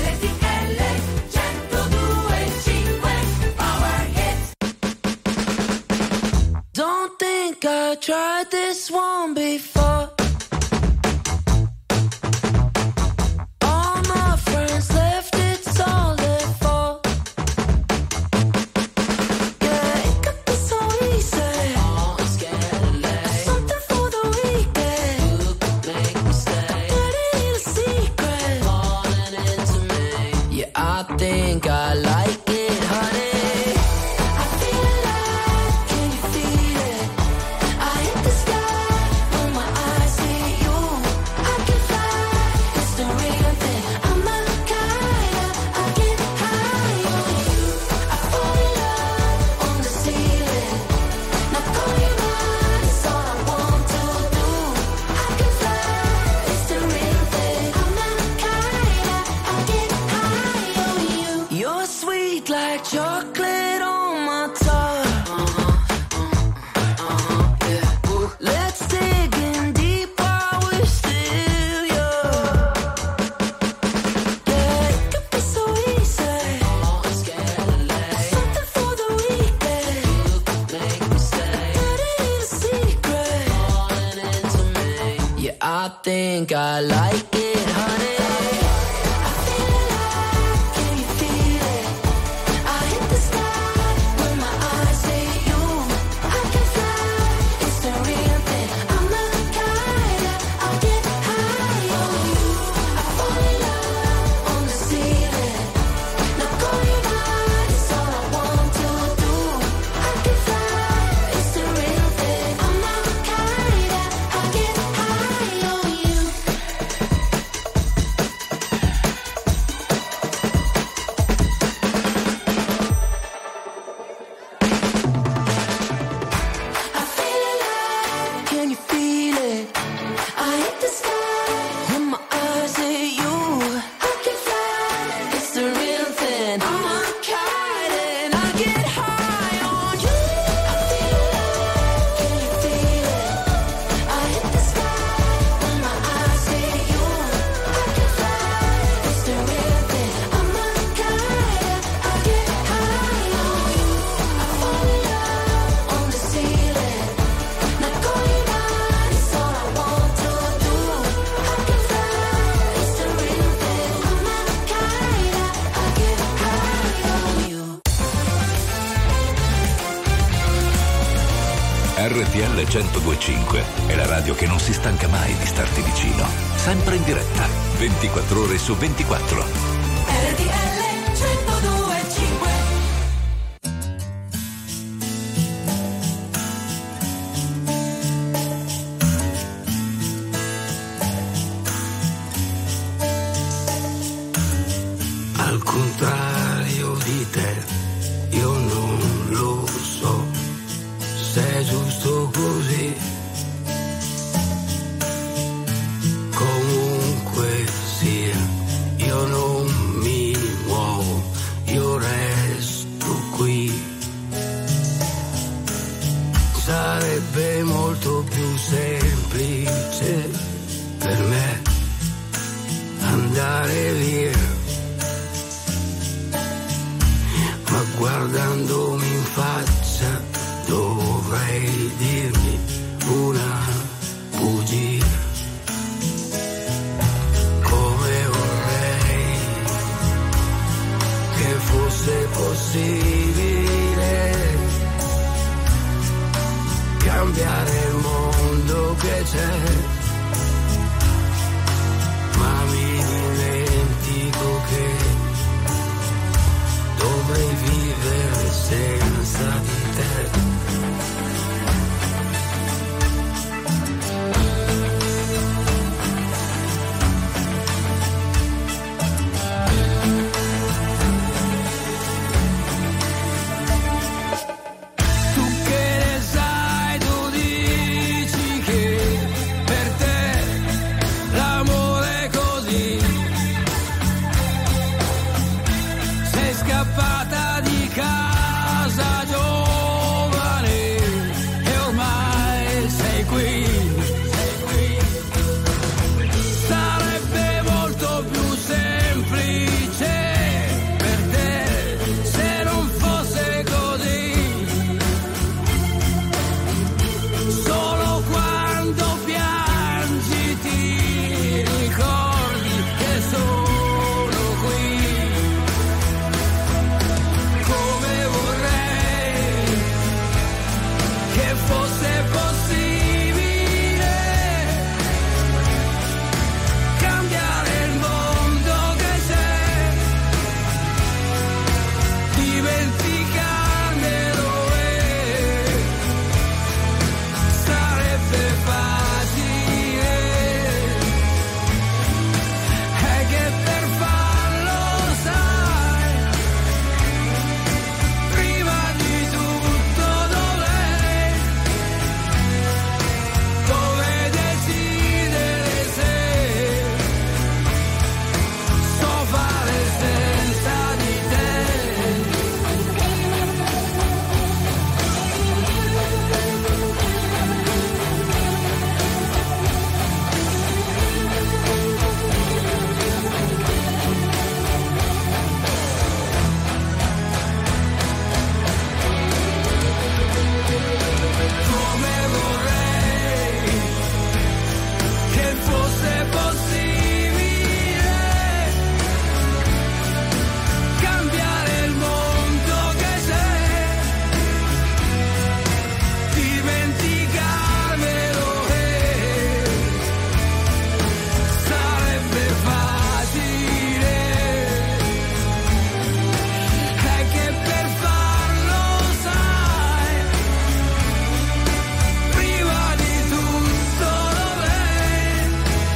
Don't think I tried this one before. All my friends left, it's all their fault. Yeah, it could be so easy. Something for the weekend. You could make me stay. Dirty little secret. Falling into me. Yeah, I think I like it, honey. I feel alive, can you feel it? I hit the sky when my eyes see you. I can fly, it's the real thing. I'm a kite, I get high on you. I fall in love on the ceiling. Now call you mine, it's all I want to do. I can fly, it's the real thing. I'm a kite, I get high on you. You're sweet like chocolate on my tongue. Let's dig in deep while we're still young. Yeah, it could be so easy. Something for the weekend. You could make me stay. Dirty little secret. Falling into me. Yeah, I think I like it, honey. I feel alive, can you feel it? I hit the sky when my eyes see you. I can fly, it's the real thing. I'm a kite, I get high on you. I fall in love on the ceiling. Now call you mine, it's all I want to do. I can fly, it's the real thing. I'm a kite, I get high on you. I feel alive, can you feel it? I hit the sky when my eyes hit you. I can fly, it's the real thing. I'm a kite and I get high on you. I feel alive, can you feel it? I hit the sky when my eyes hit you. I can fly, it's the real thing. I'm a kite, I get high on you. I fall in love on the ceiling. Now call you mine, it's all I want to do. I can fly, it's the real thing. I'm a kite, I get high on you. R T L centodue e cinque è la radio che non si stanca mai di starti vicino. Sempre in diretta, ventiquattro ore su ventiquattro. R T L centodue e cinque. se è giusto così. Comunque sia, io non mi muovo, io resto qui. Sarebbe molto più semplice per me andare via, ma guardandomi in faccia dovrei dirmi una bugia. Come vorrei che fosse possibile cambiare il mondo che c'è, ma mi dimentico che dovrei vivere senza di te. Scappata di casa giovane e ormai sei qui. Sarebbe molto più semplice per te se non fosse così. Solo quando piangi ti ricordi che sono fosse possibile cambiare il mondo che c'è, dimenticarmelo e sarebbe facile, è che per farlo sai, prima di tutto dovrei dove decidere se so fare senza di te. Come vorrei che fosse possibile cambiare il mondo che c'è, dimenticarmelo e sarebbe facile, è che per farlo sai, prima di tutto dovrei,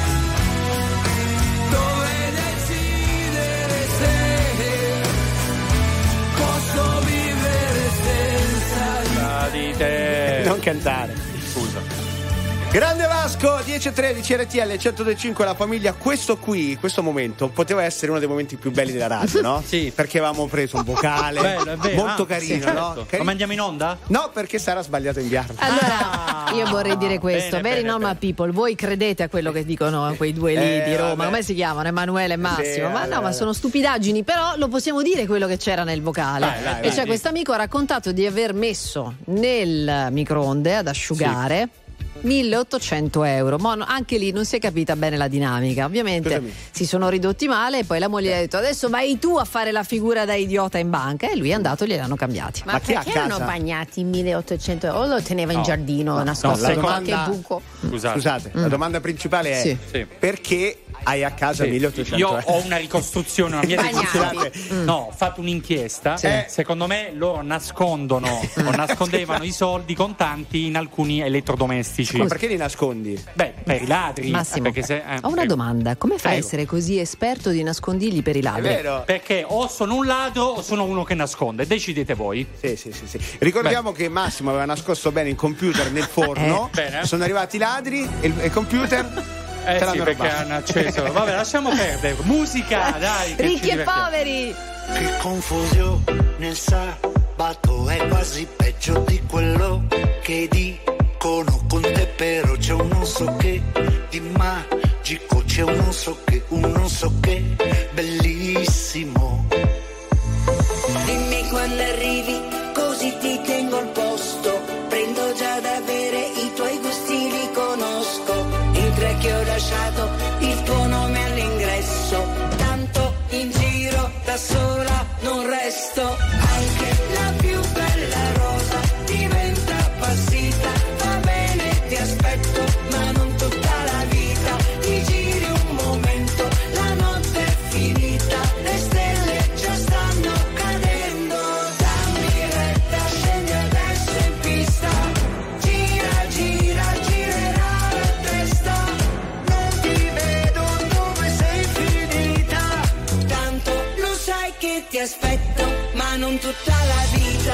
dovrei decidere se posso vivere senza di di te. Non cantare. Scusa. Grande Vasco, dieci e tredici R T L centodue e cinque, la famiglia. Questo qui, questo momento poteva essere uno dei momenti più belli della radio, no? Sì. Perché avevamo preso un vocale Bello, è vero. molto Ah, carino, sì, certo. no? Lo Cari- mandiamo in onda? No, perché Sara ha sbagliato a inviarlo. Allora, io vorrei dire questo, Bene, very bene, normal people, voi credete a quello che dicono quei due lì Eh, di Roma, vabbè. come si chiamano? Emanuele e Massimo, Sì, ma vabbè, no, ma vabbè. sono stupidaggini, però lo possiamo dire quello che c'era nel vocale. Dai, dai, e dai, cioè sì. questo amico ha raccontato di aver messo nel microonde ad asciugare milleottocento euro, ma no, anche lì non si è capita bene la dinamica. Ovviamente Scusami. si sono ridotti male e poi la moglie gli ha detto adesso vai tu a fare la figura da idiota in banca, e lui è andato e gliel'hanno cambiati. Ma, Ma chi ha perché a erano casa? bagnati milleottocento euro? O lo teneva in No. giardino No, nascosto la in qualche domanda- buco? Scusate. Scusate, Mm. la domanda principale è Sì. Sì. perché hai a casa Sì. milleottocento Io euro. ho una ricostruzione, una mia ricostruzione. Mm. No, ho fatto un'inchiesta. Sì. Secondo me loro nascondono o nascondevano i soldi contanti in alcuni elettrodomestici. Ma perché li nascondi? Beh, per i ladri. Massimo, Perché se, eh, ho una prego. domanda: come fai a Prego. essere così esperto di nascondigli per i ladri? È vero. Perché o sono un ladro o sono uno che nasconde. Decidete voi. Sì, sì, sì, sì. Ricordiamo che Massimo aveva nascosto bene il computer nel forno. Eh, bene. Sono arrivati i ladri e il, il computer Eh te sì, l'hanno perché rubato. hanno acceso. Vabbè, lasciamo perdere. Musica, dai. che ci Ricchi e divertiamo. poveri! Che confusione nel sabato, è quasi peggio di quello che dicono con te, però c'è un non so che di magico, c'è un non so che, un non so che bellissimo. Dimmi quando arrivi, così ti tengo al posto. Prendo già da bere, i tuoi gusti li conosco. In tre che ho lasciato il tuo nome all'ingresso. Tanto in giro da sola non resto. Anche la più bella rosa diventa appassita. Va bene, ti aspetto, ma non tutta la vita. Ti giri un momento, la notte è finita. Le stelle già stanno cadendo. Dammi retta, scendi adesso in pista. Gira, gira, girerà la testa. Non ti vedo dove sei finita. Tanto lo sai che ti aspetto, ma non tutta la vita.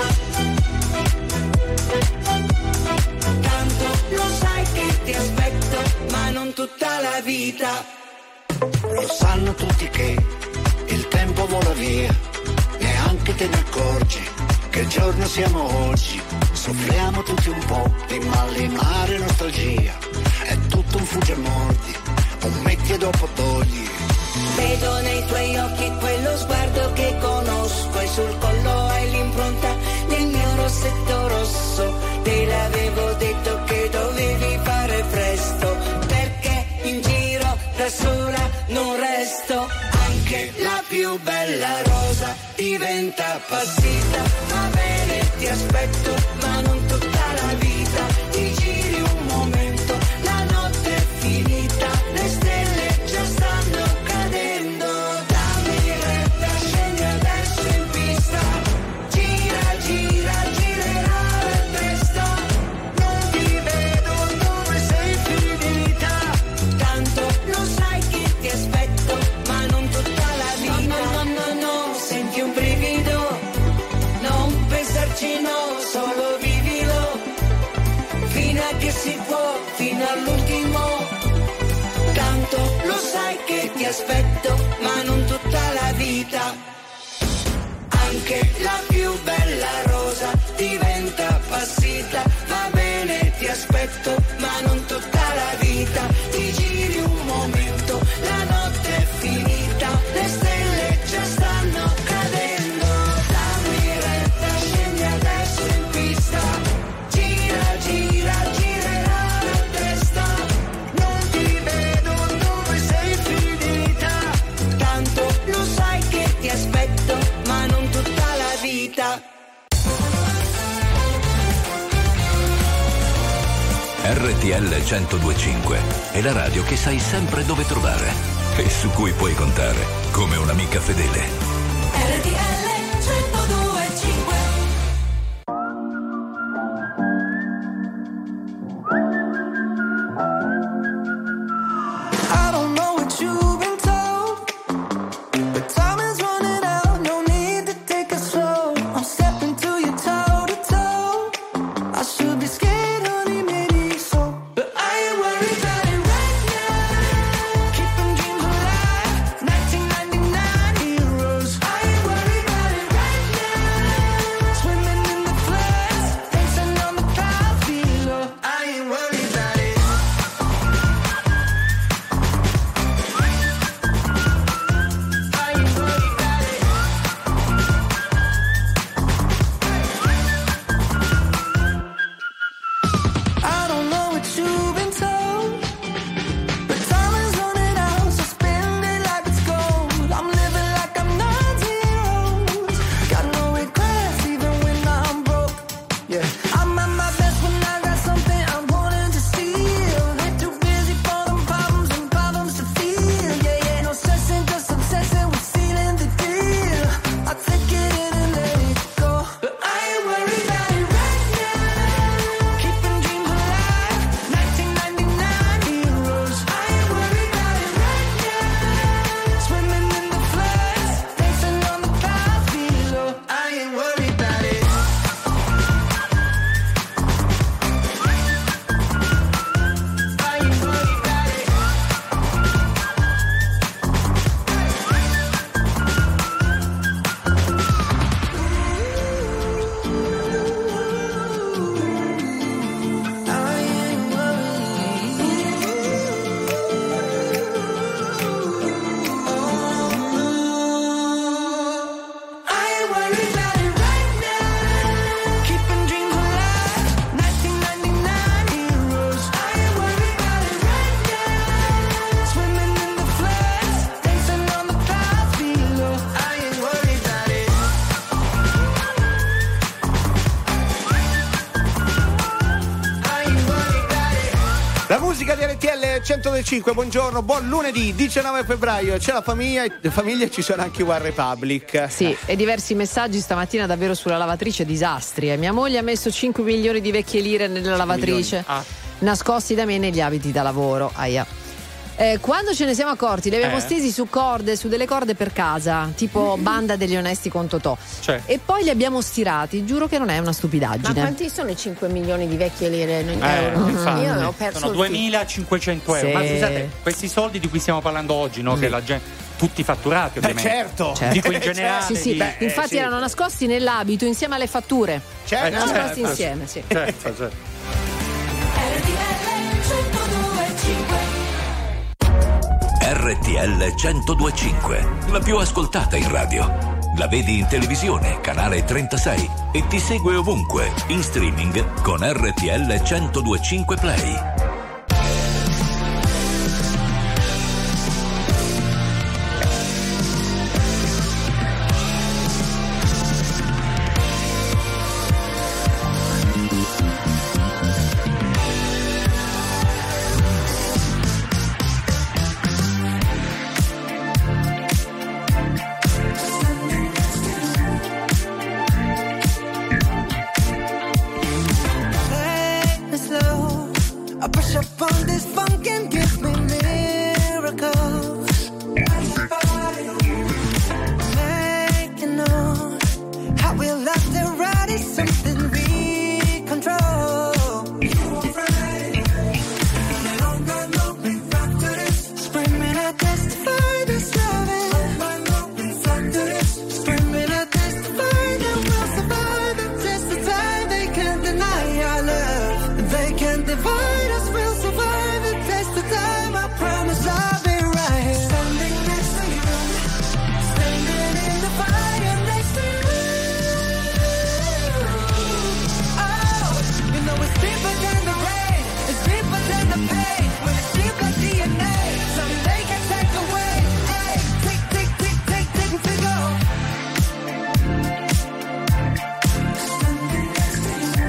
Tanto lo sai che ti aspetto, ma non tutta la vita. Lo sanno tutti che il tempo vola via, neanche te ne accorgi che giorno siamo oggi. Soffriamo tutti un po' di malinare e nostalgia, è tutto un fugge e mordi, un metti e dopo togli. Vedo nei tuoi occhi quello sguardo che conosco e sul collo hai l'impronta del mio rossetto rosso. Te l'avevo detto che dovevi fare presto, perché in giro da sola non resto. Anche la più bella rosa diventa appassita. Va bene, ti aspetto, ma non tutta la vita. Ti giri un momento, la notte è finita. Le stelle già stanno cadendo. Dammi retta, scendi adesso in pista. Gira, gira, girerà la testa. Non ti vedo dove sei finita. Tanto lo sai che ti aspetto, ma non tutta la vita. No, no, no, no, senti un brivido. Non pensarci, no, solo vivilo. Fino a che si può, fino all'ultimo. Tanto lo sai che ti aspetto, ma non tutta la vita. Anche la più bella rosa diventa appassita. Va bene, ti aspetto, ma non tutta la vita. Ti giri un momento, la notte è finita. Le stelle già stanno cadendo. Dammi retta, scendi adesso in pista. Gira, gira, girerà la testa. Non ti vedo dove sei finita. Tanto lo sai che ti aspetto, ma non tutta la vita. R T L centodue e cinque è la radio che sai sempre dove trovare e su cui puoi contare come un'amica fedele. R T L centodue e cinque. I don't know what you've been told, but time is running out. No need to take it slow. I'm stepping to you toe to toe. I should be scared, honey, maybe so, but I ain't worried about it right now. Keeping dreams alive, nineteen ninety-nine heroes. I ain't worried about La musica di R T L centodue e cinque, buongiorno, buon lunedì diciannove febbraio, c'è la famiglia e famiglia ci sono anche i One Republic. Sì, e diversi messaggi stamattina davvero sulla lavatrice, disastri. Eh. Mia moglie ha messo cinque milioni di vecchie lire nella lavatrice, ah. nascosti da me negli abiti da lavoro. Aia. Eh, quando ce ne siamo accorti, li abbiamo Eh. stesi su corde, su delle corde per casa, tipo Banda degli onesti con Totò. Cioè. E poi li abbiamo stirati, giuro che non è una stupidaggine. Ma quanti sono i cinque milioni di vecchie lire in Eh, euro? infatti, Io ho perso sono il duemilacinquecento euro. Sì. Ma scusate, questi soldi di cui stiamo parlando oggi, no? Mm. Che la gente, tutti fatturati, ovviamente. certo. Dico in generale. Sì, sì. di- Infatti sì. erano nascosti nell'abito insieme alle fatture. Certo, erano certo. nascosti insieme, sì. Certo, certo. R T L centodue e cinque, la più ascoltata in radio. La vedi in televisione, canale trentasei, e ti segue ovunque, in streaming con R T L centodue e cinque Play. Take it slow. I push up on this funk and give me miracles. Make you know how we love to ride is something we control. Screaming, I testify this loving. Screaming, I testify that we'll survive the test of time. They can't deny our love. They can't divide us. We'll survive the test of time. I promise I'll be right here. Standing next to you. Standing in the fire next to you. Oh, you know it's deeper than the rain. It's deeper than the pain. When it's deep like D N A, someday can take away. Hey, tick, tick, tick, tick, tick, tick, go. Standing next to you.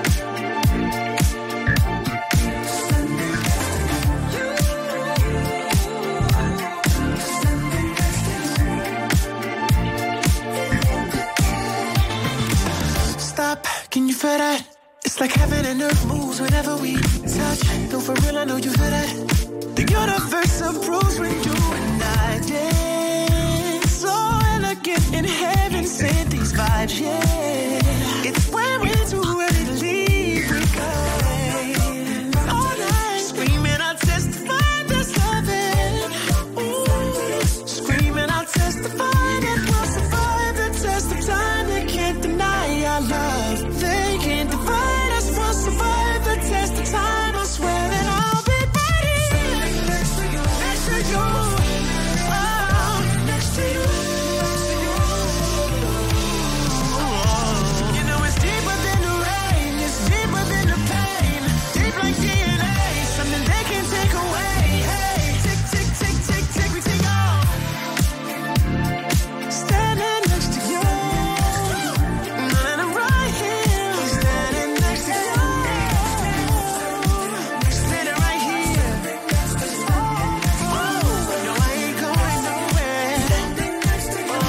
Stop, can you feel that? It's like heaven and earth moves whenever we touch. Though for real, I know you feel that. The universe approves when you and I dance. So elegant in heaven, sent these vibes, yeah. It's when we're too ready to leave, we go. All night, screaming, I'll testify this loving. Ooh, screaming, I'll testify that we'll survive the test of time. They can't deny our love. They can't divide us. We'll survive the test of time. I swear that I'll be ready. Next to you, next to you. Oh, next to you. You know it's deeper than the rain. It's deeper than the pain. Deep like D N A. Something they can't take away. Hey, tick, tick, tick, tick, tick, we take off. Standing next to you. And I'm right here. Standing next to you. Standing right here. Oh, no, I ain't going nowhere. Standing next to you.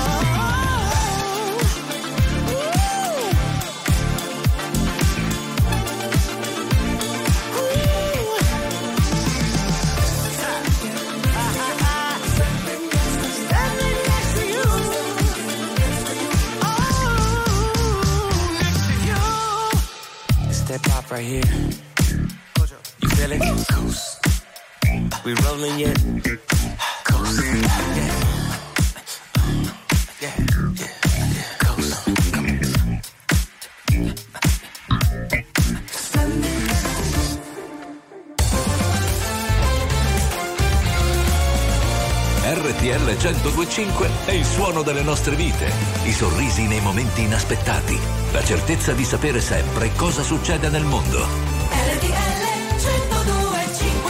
Standing next to you. Oh, next to you. It's that pop right here. You feel it? Coast. We rolling yet? Coast. Yeah. Yeah. Yeah. Coast. Come on. R T L centodue e cinque è il suono delle nostre vite, i sorrisi nei momenti inaspettati, la certezza di sapere sempre cosa succede nel mondo. R T L centodue e cinque.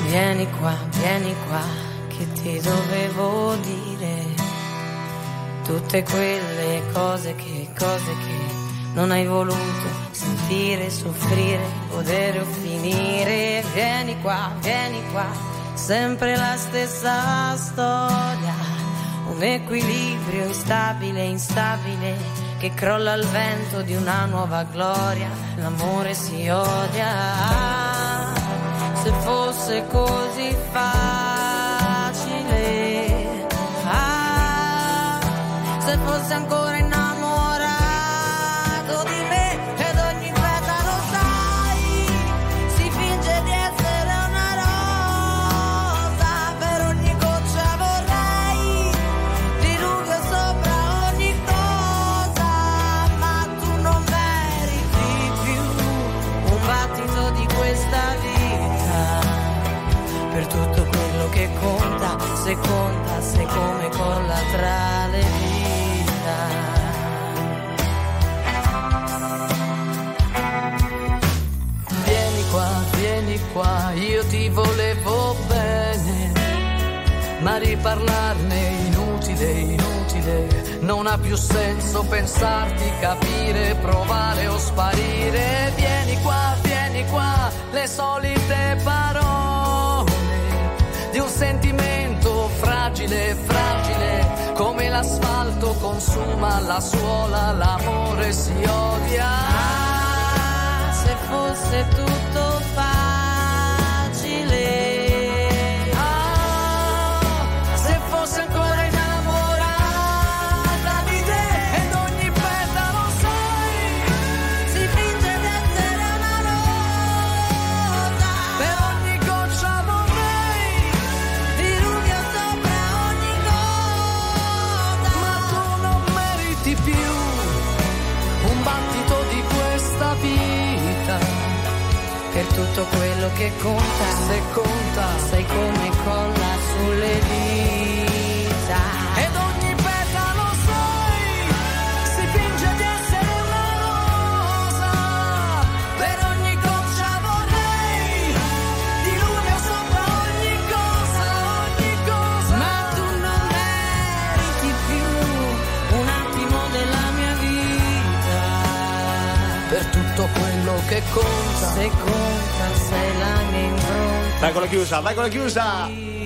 Vieni qua, vieni qua, che ti dovevo dire tutte quelle cose che, cose che non hai voluto sentire, soffrire, godere o finire. Vieni qua, vieni qua, sempre la stessa storia, un equilibrio instabile, instabile, che crolla al vento di una nuova gloria. L'amore si odia. Se fosse così facile, ah, se fosse ancora innamorato di me, ed ogni petalo sai, si finge di essere una rosa, per ogni goccia vorrei diluvio sopra ogni cosa, ma tu non meriti più un battito di questa vita. Per tutto quello che conta, se conta, sei come collaterale vita. Vieni qua, vieni qua, io ti volevo bene, ma riparlarne inutile, inutile, non ha più senso pensarti, capire, provare o sparire. Vieni qua, vieni qua, le solite parole di un sentimento fragile, fragile, come l'asfalto consuma la suola, l'amore si odia. Ah, se fosse tutto facile, ah, se fosse ancora innamorata di te, ed ogni petalo sai, si finge di essere una rosa, per ogni goccia diluvio sopra ogni cosa, ma tu non meriti più un battito di questa vita. per tutto quello che conta, se conta, sei come colla sulle dita, ed ogni petalo sai, si finge di essere una rosa, per ogni goccia vorrei diluvio sopra ogni cosa, ogni cosa, ma tu non meriti più un attimo della mia vita. Per tutto quello che conta, se conta, sei la mia impronta. Vai con la chiusa, vai con la chiusa.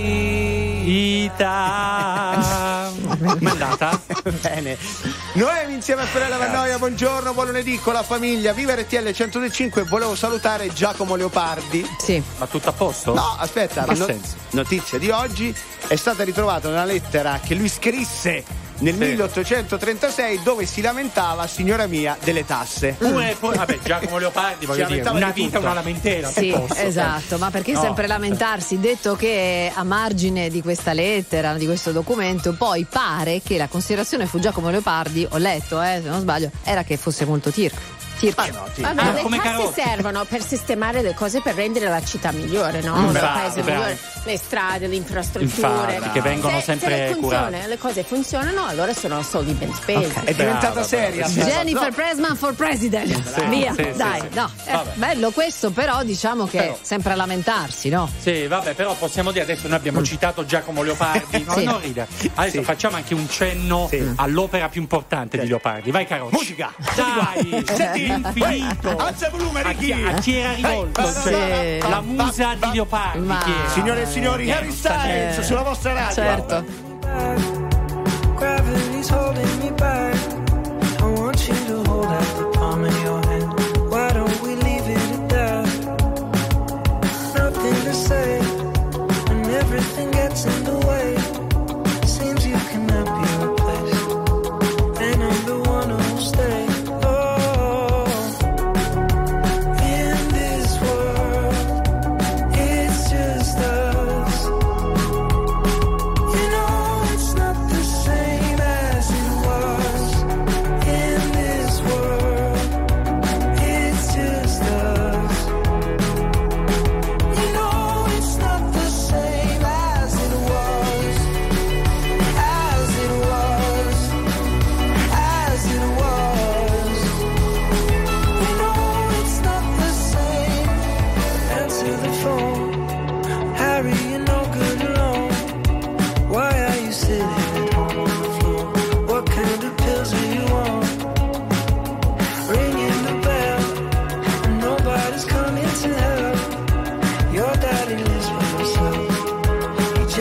Ita. Com'è andata? Bene. Noemi insieme a Fiorella Mannoia, buongiorno, buon lunedì con la famiglia. Viva R T L centodue e cinque. Volevo salutare Giacomo Leopardi. Sì. Ma tutto a posto? No, aspetta, Che no- senso? notizia di oggi, è stata ritrovata una lettera che lui scrisse nel Sì. milleottocentotrentasei dove si lamentava, signora mia, delle tasse. Pure, pure- vabbè, Giacomo Leopardi, voglio Si dire, lamentava una di vita, tutto. una lamentela. Sì, che posso, esatto, ma perché No. sempre lamentarsi? Detto che a margine di questa lettera, di questo documento, poi pare che la considerazione fu Giacomo Leopardi, ho letto, eh, se non sbaglio, era che fosse molto tirco. Tirco. Ah, no, sì. Vabbè, Ah, le come tasse Carotti. servono per sistemare le cose, per rendere la città migliore, no? Mm, Il bravo, paese bravo. migliore, le strade, le infrastrutture. Infatti, che vengono se, sempre se le, funziona, curate. le cose funzionano, allora sono soldi ben spesi. È diventata Brava, seria. brava. Jennifer No. Pressman for president. Sì, Via, sì, sì, dai, sì. no. Eh, Vabbè. bello questo, però diciamo che Però. sempre a lamentarsi, no? Sì, vabbè, però possiamo dire, adesso noi abbiamo citato Giacomo Leopardi, no, Sì. non ridere. Adesso Sì. facciamo anche un cenno Sì. all'opera più importante di Leopardi. Vai Carocci. Musica. Dai, Senti, infinito. alza il volume, A chi, Ricky. a chi era rivolto? Sì. Cioè, la musa di Leopardi. Ma- Chi era? Signore e signori, Harry Styles Eh. sulla vostra radio. Certo. Gravity's holding me back. I want you to hold out the palm of your hand. Why don't we leave it at that? Nothing to say, and everything gets in the way. Seems you cannot be replaced, and I'm the one who'll stay. Oh, in this world, it's just us. You know it's not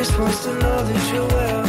just wants to know that you're well.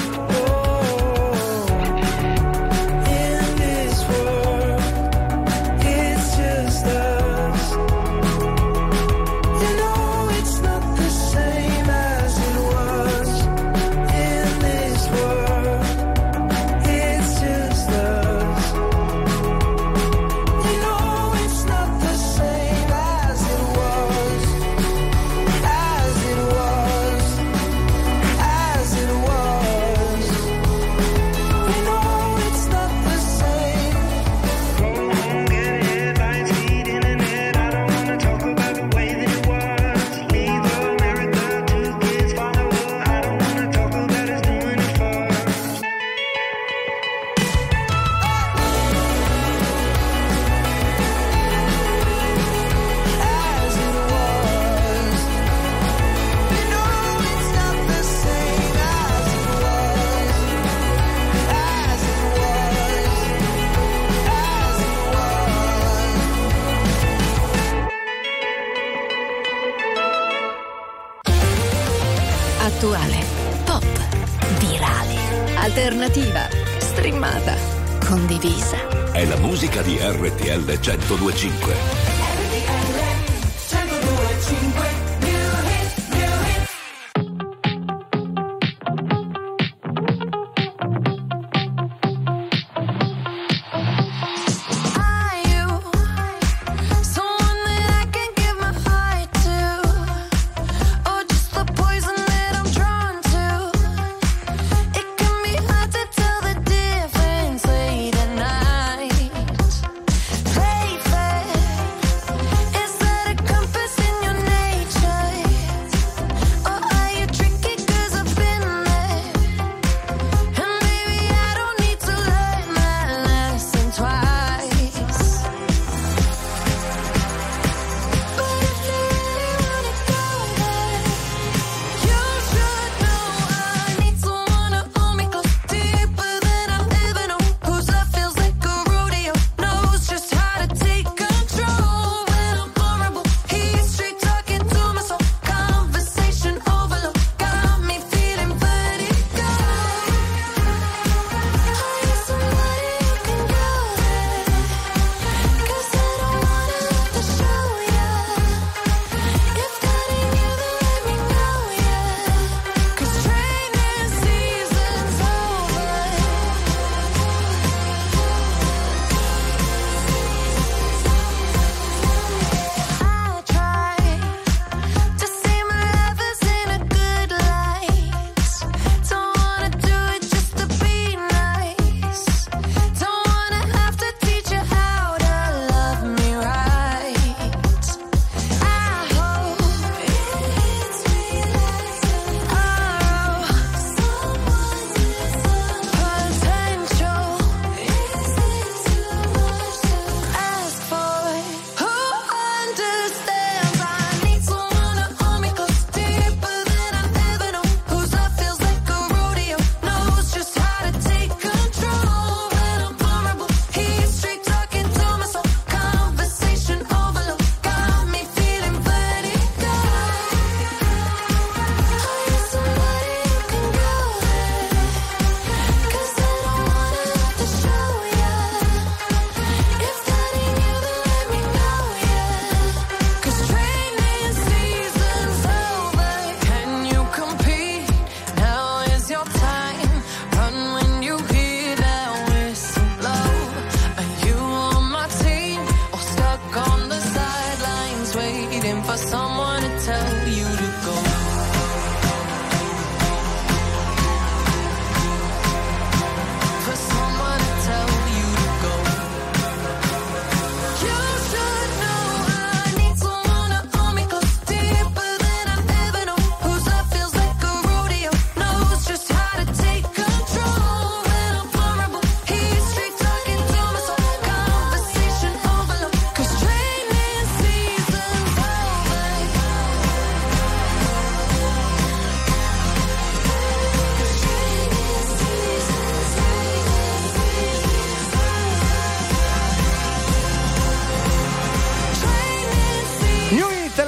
Attuale, pop, virale, alternativa, streamata, condivisa. È la musica di R T L centodue e cinque. R T L centodue e cinque.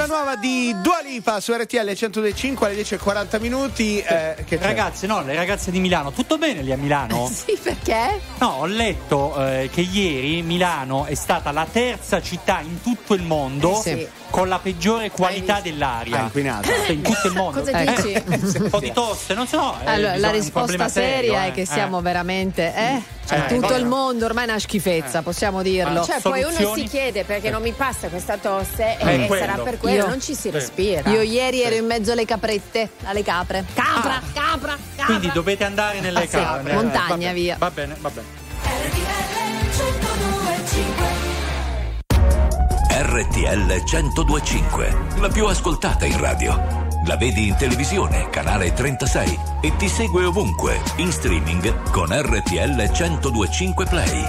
quella nuova di Dua Lipa su R T L centodue e cinque alle dieci e quaranta minuti. Eh, che ragazze, no, le ragazze di Milano, tutto bene lì a Milano? Sì, perché? No, ho letto eh, che ieri Milano è stata la terza città in tutto il mondo Eh sì. con la peggiore qualità dell'aria. Ah, inquinata. Cioè, in tutto il mondo. Cosa Eh, dici? un po' di tosse, non so. eh, Allora, la bisogna- un risposta problema seria serio, è eh. che siamo Eh. veramente, eh? Cioè, Eh, tutto cosa- il mondo ormai è una schifezza, possiamo dirlo. Cioè, poi uno Soluzioni? si chiede perché non mi passa questa tosse Eh, e quello. sarà per quello, Io- non ci si Sì. respira. Io ieri ero in mezzo alle caprette, alle capre. Capra, capra, capra. Quindi dovete andare nelle Ah, sì, case. Eh, montagna, va bene, via. Va bene, va bene. R T L centodue e cinque, la più ascoltata in radio. La vedi in televisione, canale trentasei, e ti segue ovunque, in streaming con R T L centodue e cinque Play.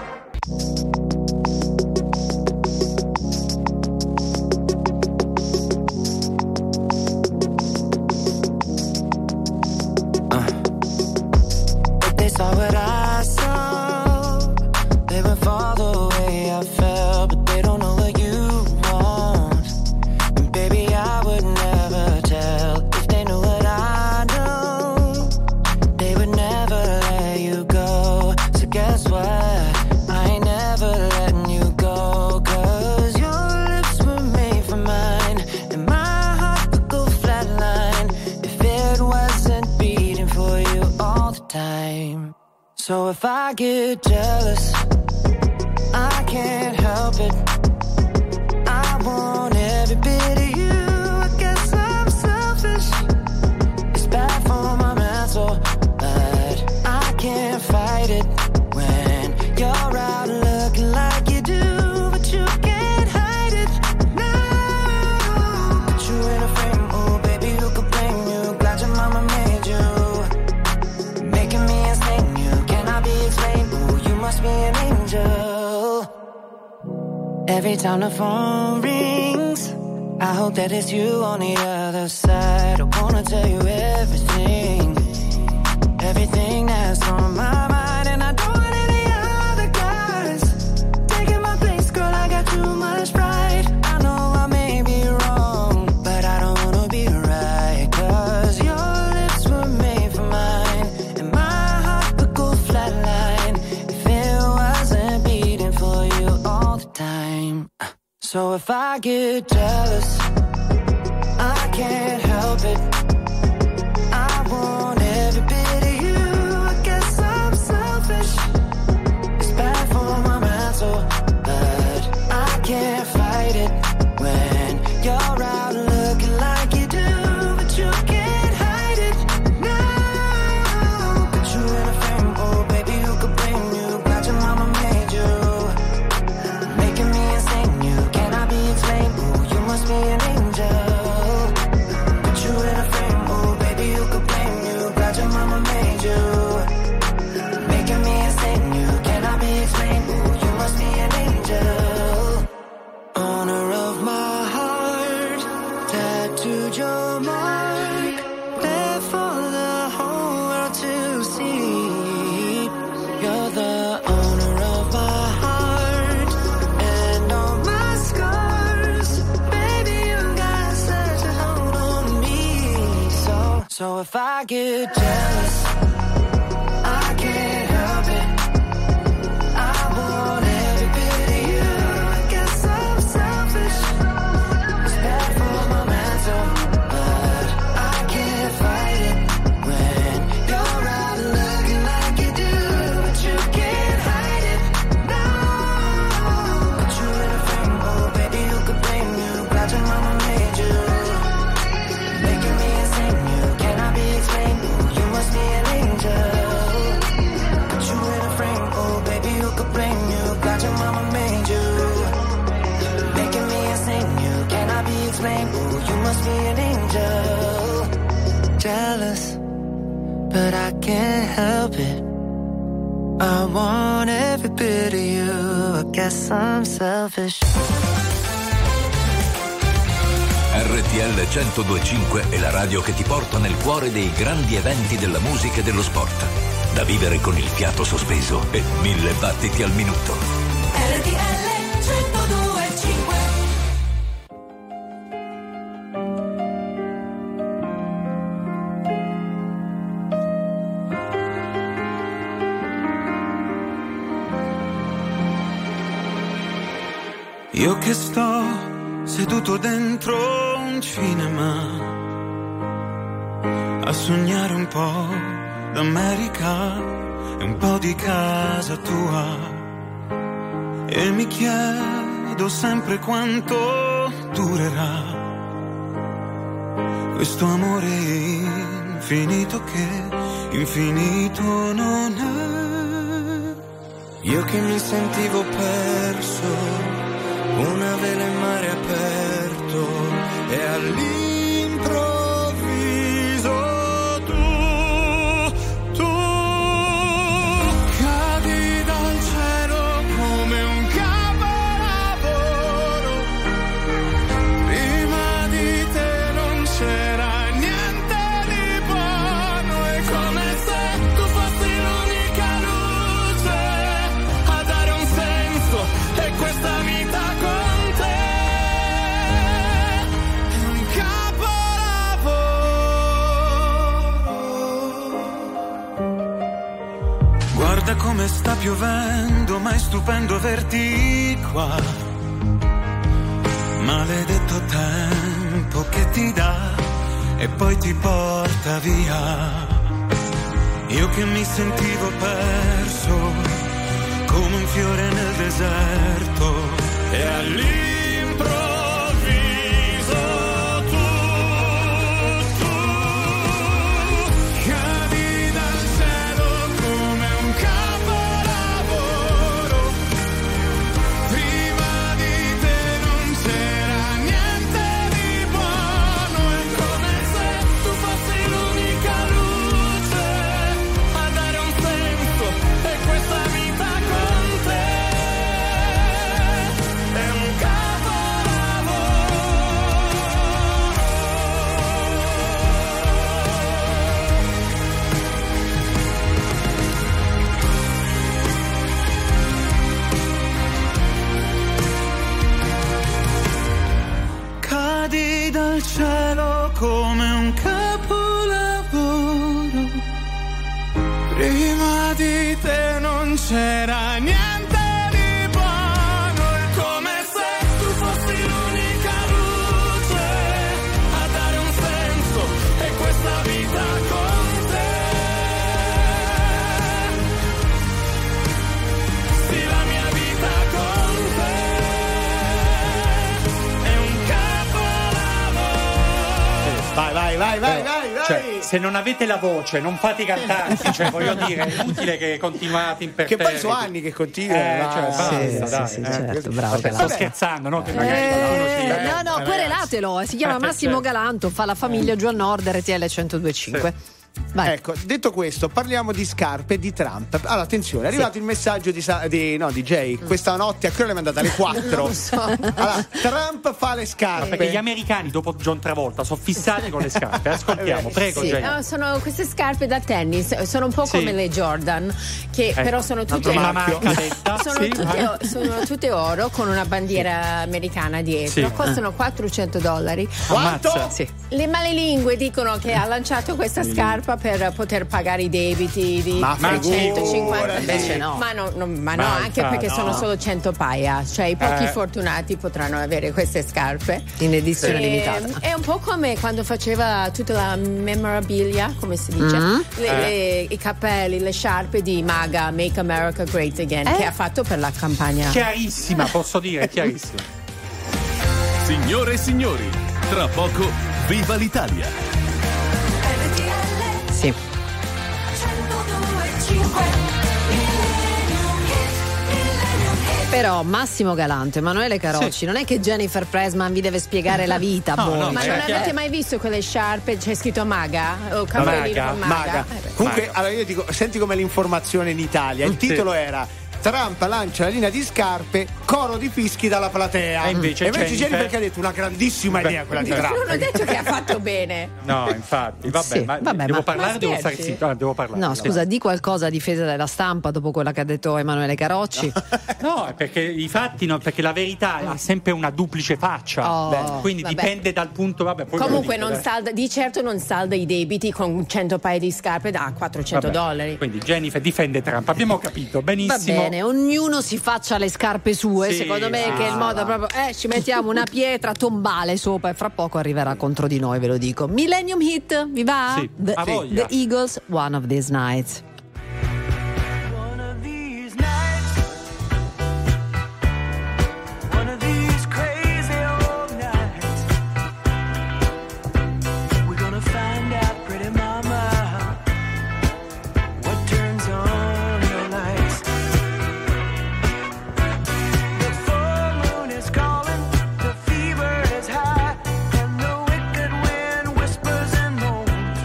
They saw what I saw. They went far the way I felt, but they don't know what you want. And baby, I would never tell if they knew what I know. They would never let you go. So guess what? I ain't never letting you go. 'Cause your lips were made for mine, and my heart would go flatline if it wasn't beating for you all the time. So if I get jealous, I can't help it. I want every bit of you. I guess I'm selfish. It's bad for my mental, but I can't fight it when you're out looking like you do, but you can't hide it. No, put you in a frame, oh baby, who could blame you? Glad your mama made you, making me insane. You cannot be explained. Ooh, you must be an angel. Every time the phone rings, I hope that it's you on the other side. I wanna tell you everything, everything that's on my mind, and I don't want any other guys taking my place, girl. I got too much pride. I know I may be wrong, but I don't wanna be right. 'Cause your lips were made for mine, and my heart would go flatline if it wasn't beating for you all the time. So if I get jealous, I can't help it. I want every bit of you. I guess I'm selfish. It's bad for my mental, but I can't fight it when you're out looking like you do, but you can't hide it. No, put you in a frame, oh baby, who could blame you? Glad your mama made you, making me insane. You cannot be explained. Ooh, you must be an angel. Put you in a frame, oh baby, who could blame you? Glad your mama made you, making me insane. You cannot be explained. Ooh, you must be an angel. Honor of my heart, tattooed your mark, there for the whole world to see. You're the owner of my heart and all my scars. Baby, you got such a hold on me. So, so if I get jealous, I can't help it. I want every bit of you. I guess I'm selfish. It's bad for my mental, but I can't fight it when you're out looking like you do, but you can't hide it. No, put you in a frame, oh baby, who could blame you? Glad your mama made you, making me insane. You cannot be explained. Ooh, you must be an angel. Put you in a frame, oh baby, who could blame you? Glad your mama made you, making me insane. You cannot be explained. Ooh, you must be an angel. Jealous, but I can't help it. I want every bit of you. I guess I'm selfish. R T L centodue e cinque è la radio che ti porta nel cuore dei grandi eventi della musica e dello sport. Da vivere con il fiato sospeso e mille battiti al minuto. R T L centodue e cinque. Io che sto seduto dentro un cinema a sognare un po' d'America e un po' di casa tua, e mi chiedo sempre quanto durerà questo amore infinito che infinito non è. Io che mi sentivo perso, una vela in mare aperto, e all'improvviso tu, tu cadi dal cielo come un capolavoro. Prima di te non c'era niente di buono, è come se tu fossi l'unica luce a dare un senso e questa vita con te è un capolavoro. Guarda come sta piovendo, ma è stupendo averti qua. Maledetto tempo che ti dà e poi ti porta via. Io che mi sentivo perso come un fiore nel deserto, e all'improvviso tu, tu cadi dal cielo come un capolavoro. Prima di te non c'era niente di buono, è come se tu fossi l'unica luce a dare un senso e questa vita con te è un capolavoro. Cadi dal cielo come un capolavoro. Prima di te non c'era niente di buono, è come se tu fossi l'unica luce a dare un senso e questa vita con te. Sì, la mia vita con te è un capolavoro. Vai, vai, vai, vai, vai, vai. Cioè, se non avete la voce, non fate i cantanti, cioè voglio dire, è inutile che continuate imperterriti. Che poi sono anni che continuano. Eh, va. cioè, basta, Sì, dai. sì, sì, eh. certo, bravo, Vabbè, sto Galanto. scherzando, no? Che magari qualcuno si- Eh, no, no, querelatelo. Si chiama Eh, Massimo certo. Galanto, fa la famiglia Giù al Nord, R T L centodue e cinque. Vai. Ecco, detto questo, parliamo di scarpe e di Trump. Allora, attenzione, è arrivato il messaggio di, Sa- di no, di Jay. Questa notte a che ora l'hai mandata? Alle quattro. Non lo so. Allora, Trump fa le scarpe. Perché gli americani dopo John Travolta sono fissati con le scarpe. Ascoltiamo, prego, Sì, Jay. no, sono queste scarpe da tennis, sono un po' Sì. come le Jordan, che Ecco, però sono tutte, una marca detta. sono, Sì, tutte, vai. sono tutte oro con una bandiera americana dietro. Sì. Costano quattrocento dollari. Ammazza. Sì. Le malelingue dicono che ha lanciato questa scarpa per poter pagare i debiti di Ma trecentocinquanta. invece no. Ma, no, no, ma no, Ma anche infatti, perché no. sono solo cento paia, cioè i pochi Eh. fortunati potranno avere queste scarpe. In edizione E- limitata. È un po' come quando faceva tutta la memorabilia, come si dice, Mm. le- Eh. le- i capelli, le sciarpe di MAGA, Make America Great Again, Eh? che ha fatto per la campagna. Chiarissima, posso dire, chiarissima. Signore e signori, tra poco viva l'Italia. Sì. Però Massimo Galanto, Emanuele Carocci, non è che Jennifer Pressman vi deve spiegare la vita. No, boh. no, Ma Cioè, non chiaro. avete mai visto quelle sciarpe? C'è scritto MAGA? O capelli Maga, con MAGA? Maga. Eh, beh. Comunque, allora io dico, senti come l'informazione in Italia. Il Sì. titolo era Trump lancia la linea di scarpe, coro di fischi dalla platea. E invece Jennifer, Jennifer- che ha detto una grandissima idea quella di Beh, Trump. Non ho detto che ha fatto bene. No, infatti, vabbè, Sì, ma vabbè, devo ma- parlare, ma devo stare scherzi? zitto, ah, devo parlare. No, Sì. scusa, di qualcosa a difesa della stampa dopo quello che ha detto Emanuele Carocci. No, è perché i fatti no, perché la verità ha sempre una duplice faccia. Oh, Beh, quindi vabbè. dipende dal punto, vabbè, poi ve lo Comunque dico, non dai. salda, di certo non salda i debiti con cento paia di scarpe da quattrocento Vabbè, dollari. Quindi Jennifer difende Trump, abbiamo capito benissimo. Va bene. bene, ognuno si faccia le scarpe sue, Sì, secondo me sì, che è il modo proprio, eh, ci mettiamo una pietra tombale sopra e fra poco arriverà contro di noi, ve lo dico. Millennium Hit, vi va? Sì, The, a voglia. The Eagles, One of These Nights. One of these crazy old nights, we're gonna find out, pretty mama, what turns on your lights. The full moon is calling, the fever is high, and the wicked wind whispers and moans.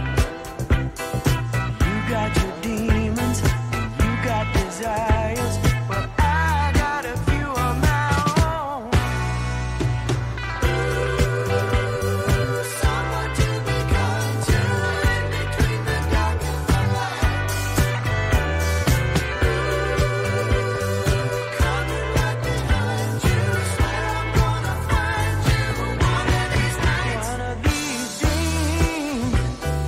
You got your demons, you got desires, but I got a few of my own. Someone to be kind to in between the dark and the light. Coming right behind you, swear I'm gonna find you one of these nights. One of these dreams,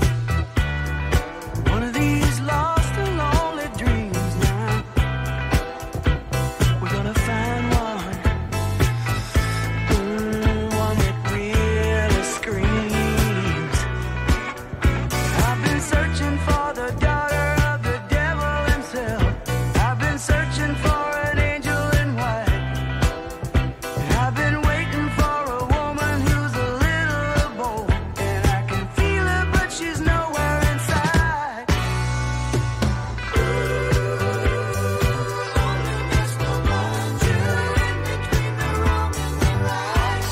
one of these lost and lonely dreams now. We're gonna find one, mm, one that really screams. I've been searching for the daughter of the devil himself. I've been searching for an angel in white. I've been waiting for a woman who's a little bold, and I can feel her, but she's nowhere inside. Loneliness will bind you in between the wrong and the right.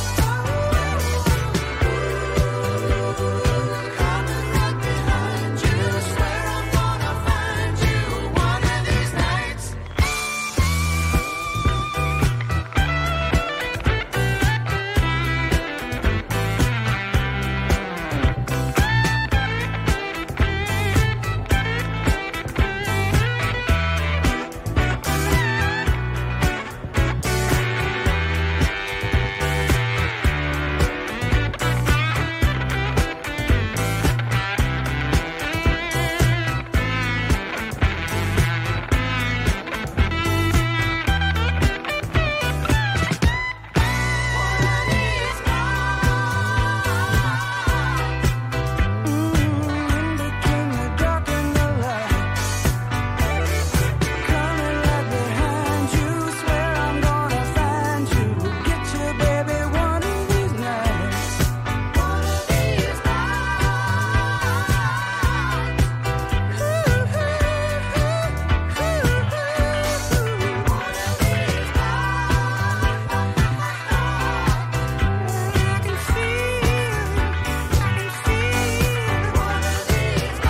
Coming right behind you, swear I'm gonna find you one of these nights. Between the dark and the light, coming right behind you, swear I'm gonna find you, get you, baby, one of these nights. One of these I can feel, I can feel one of these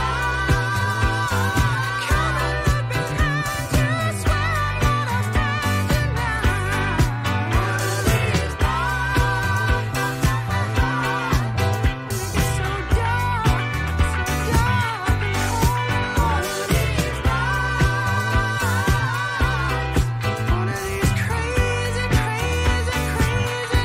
coming right behind you, swear I'm gonna find you now. One of these so dark, one of these crazy, crazy, crazy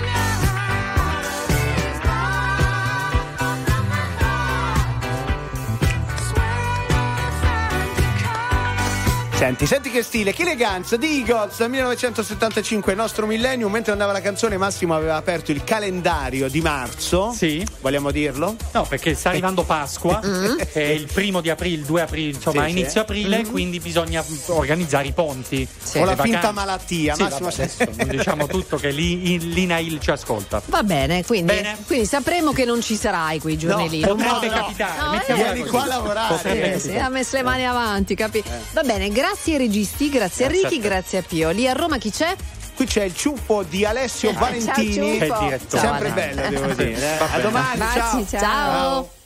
Senti, senti che stile, che eleganza, The Eagles, millenovecentosettantacinque, il nostro millennium. Mentre andava la canzone, Massimo aveva aperto il calendario di marzo. Sì. Vogliamo dirlo? No, perché sta arrivando Pasqua, è il primo di aprile, il due aprile, insomma, Sì, a inizio sì. aprile, quindi bisogna organizzare i ponti. O la le finta vacanze. malattia, Sì, Massimo. vabbè, adesso diciamo tutto che lì in- l'Inail ci ascolta. Va bene, quindi, Bene. quindi sapremo che non ci sarai quei giorni No, lì. potrebbe No, no. capitare, No, mettiamola eh, così. qua a lavorare. Potrebbe Sì, sì, capitare. ha messo le mani avanti, capi? Va bene, grazie ai registi, grazie a Grazie Ricky, a te. grazie a Pio. Lì a Roma chi c'è? Qui c'è il ciuffo di Alessio Eh, Valentini. ciao, ciuffo. Che è il direttore. Ciao, Sempre Ale. bello, devo dire. eh. Va A bene. domani, Baci, ciao. ciao.